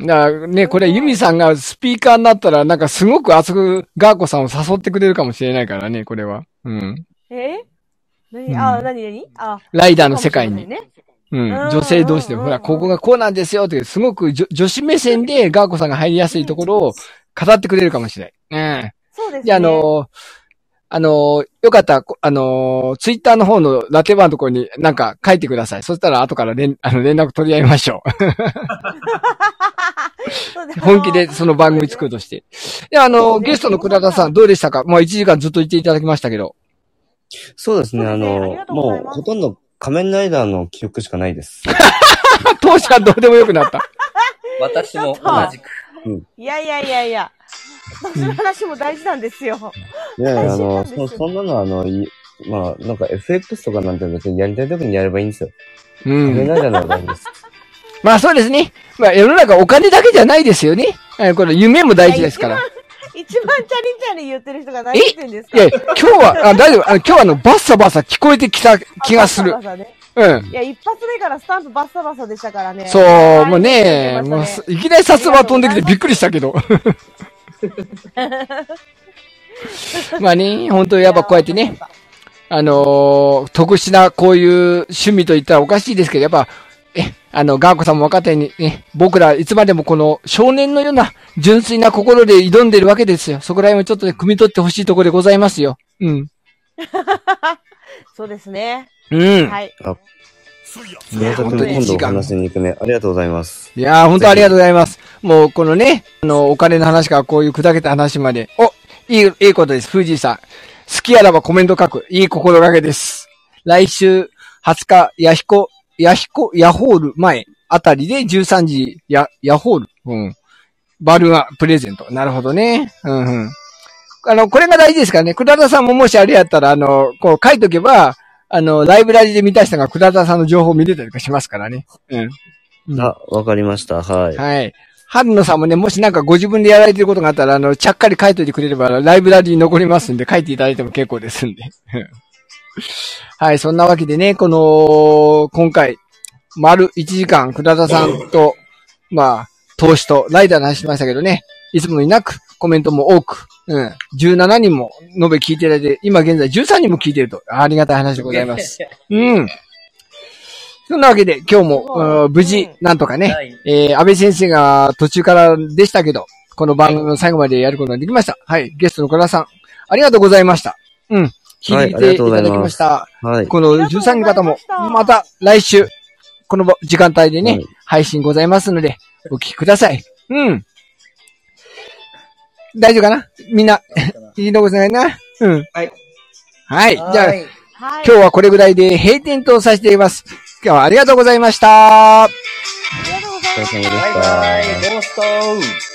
S1: だからね、これユミさんがスピーカーになったら、なんかすごく熱くガーコさんを誘ってくれるかもしれないからね、これは。うん。
S3: え何、あ、何何あ、
S1: ライダーの世界に。
S3: ね、
S1: うん。女性同士で、ほら、ここがこうなんですよって、すごく女子目線でガーコさんが入りやすいところを語ってくれるかもしれない。うん。
S3: そうですね。
S1: じゃあ、あの、あの、よかったら、あの、ツイッターの方のラテバーのところになんか書いてください。そしたら後から連、あの、連絡取り合いましょう。本気でその番組作るとして。で、あの、ゲストの倉田さんどうでしたか？もういちじかんずっと言っていただきましたけど。
S4: そうですね、あの、もうほとんど仮面ライダーの記憶しかないです。
S1: 当時はどうでもよくなった。
S2: 私も同じく。
S3: うん、いやいやいやいや。その話も大事なんですよ。
S4: いやいや、あの、そ、そんなのあの、いまあ、なんか エフエックス とかなんて別にやりたい時にやればいいんですよ。うん。仮面ライダーの方がいいんです。
S1: まあそうですね。まあ世の中お金だけじゃないですよね。これ夢も大事ですから。
S3: 一番チャリンチャリン言ってる人が何言ってんですか？
S1: いや、今日は、あ、大丈夫。あ今日はあの、バッサバサ聞こえてきた気がする。バッサバサね、うん。
S3: いや、一発目からスタンプバッサバサでしたからね。
S1: そう、もうね、もう、いきなり札束飛んできてびっくりしたけど。まあね、本当やっぱこうやってね、あのー、特殊なこういう趣味と言ったらおかしいですけど、やっぱ、え、あの、ガーコさんも分かったようにね、僕らいつまでもこの少年のような純粋な心で挑んでるわけですよ。そこら辺をちょっとね、汲み取ってほしいところでございますよ。うん。
S3: そうですね。
S1: うん。
S3: はい。
S4: あ、宮田君と今度お話しに行くね。ありがとうございます。
S1: いやー、本当ありがとうございます。もう、このね、あの、お金の話からこういう砕けた話まで。お、いい、いいことです。藤井さん。好きあらばコメント書く。いい心がけです。来週はつか、ヤヒコ、ヤヒコ、ヤホール前あたりでじゅうさんじ、ヤ、ヤホール。うん。バルーンプレゼント。なるほどね。うんうん。あの、これが大事ですからね。倉田さんももしあれやったら、あの、こう書いとけば、あの、ライブラリで見た人が倉田さんの情報を見れたりとかしますからね。うん。
S4: うん、あ、わかりました。はい。
S1: はい。春野さんもね、もしなんかご自分でやられてることがあったら、あの、ちゃっかり書いといてくれれば、ライブラリに残りますんで、書いていただいても結構ですんで。はい、そんなわけでね、この、今回、丸いちじかん、倉田さんと、まあ、投資とライダーの話しましたけどね、いつもになく、コメントも多く、うん、じゅうななにんも延べ聞いていただいて、今現在じゅうさんにんも聞いていると、ありがたい話でございます。うん。そんなわけで、今日も、無事、なんとかね、はい、えー、安倍先生が途中からでしたけど、この番組の最後までやることができました。はい、ゲストの倉田さん、ありがとうございました。うん、聞いていただきました。はい、このじゅうさんにん方も、また来週、この時間帯でね、はい、配信ございますので、お聞きください。うん。大丈夫かなみんな、いいとこじゃないな。うん。はい。はい。じゃあ、はい、今日はこれぐらいで閉店とさせていただきます。今日はありがとうございました。
S3: ありがとうございました。
S2: バイバイ。ゴースト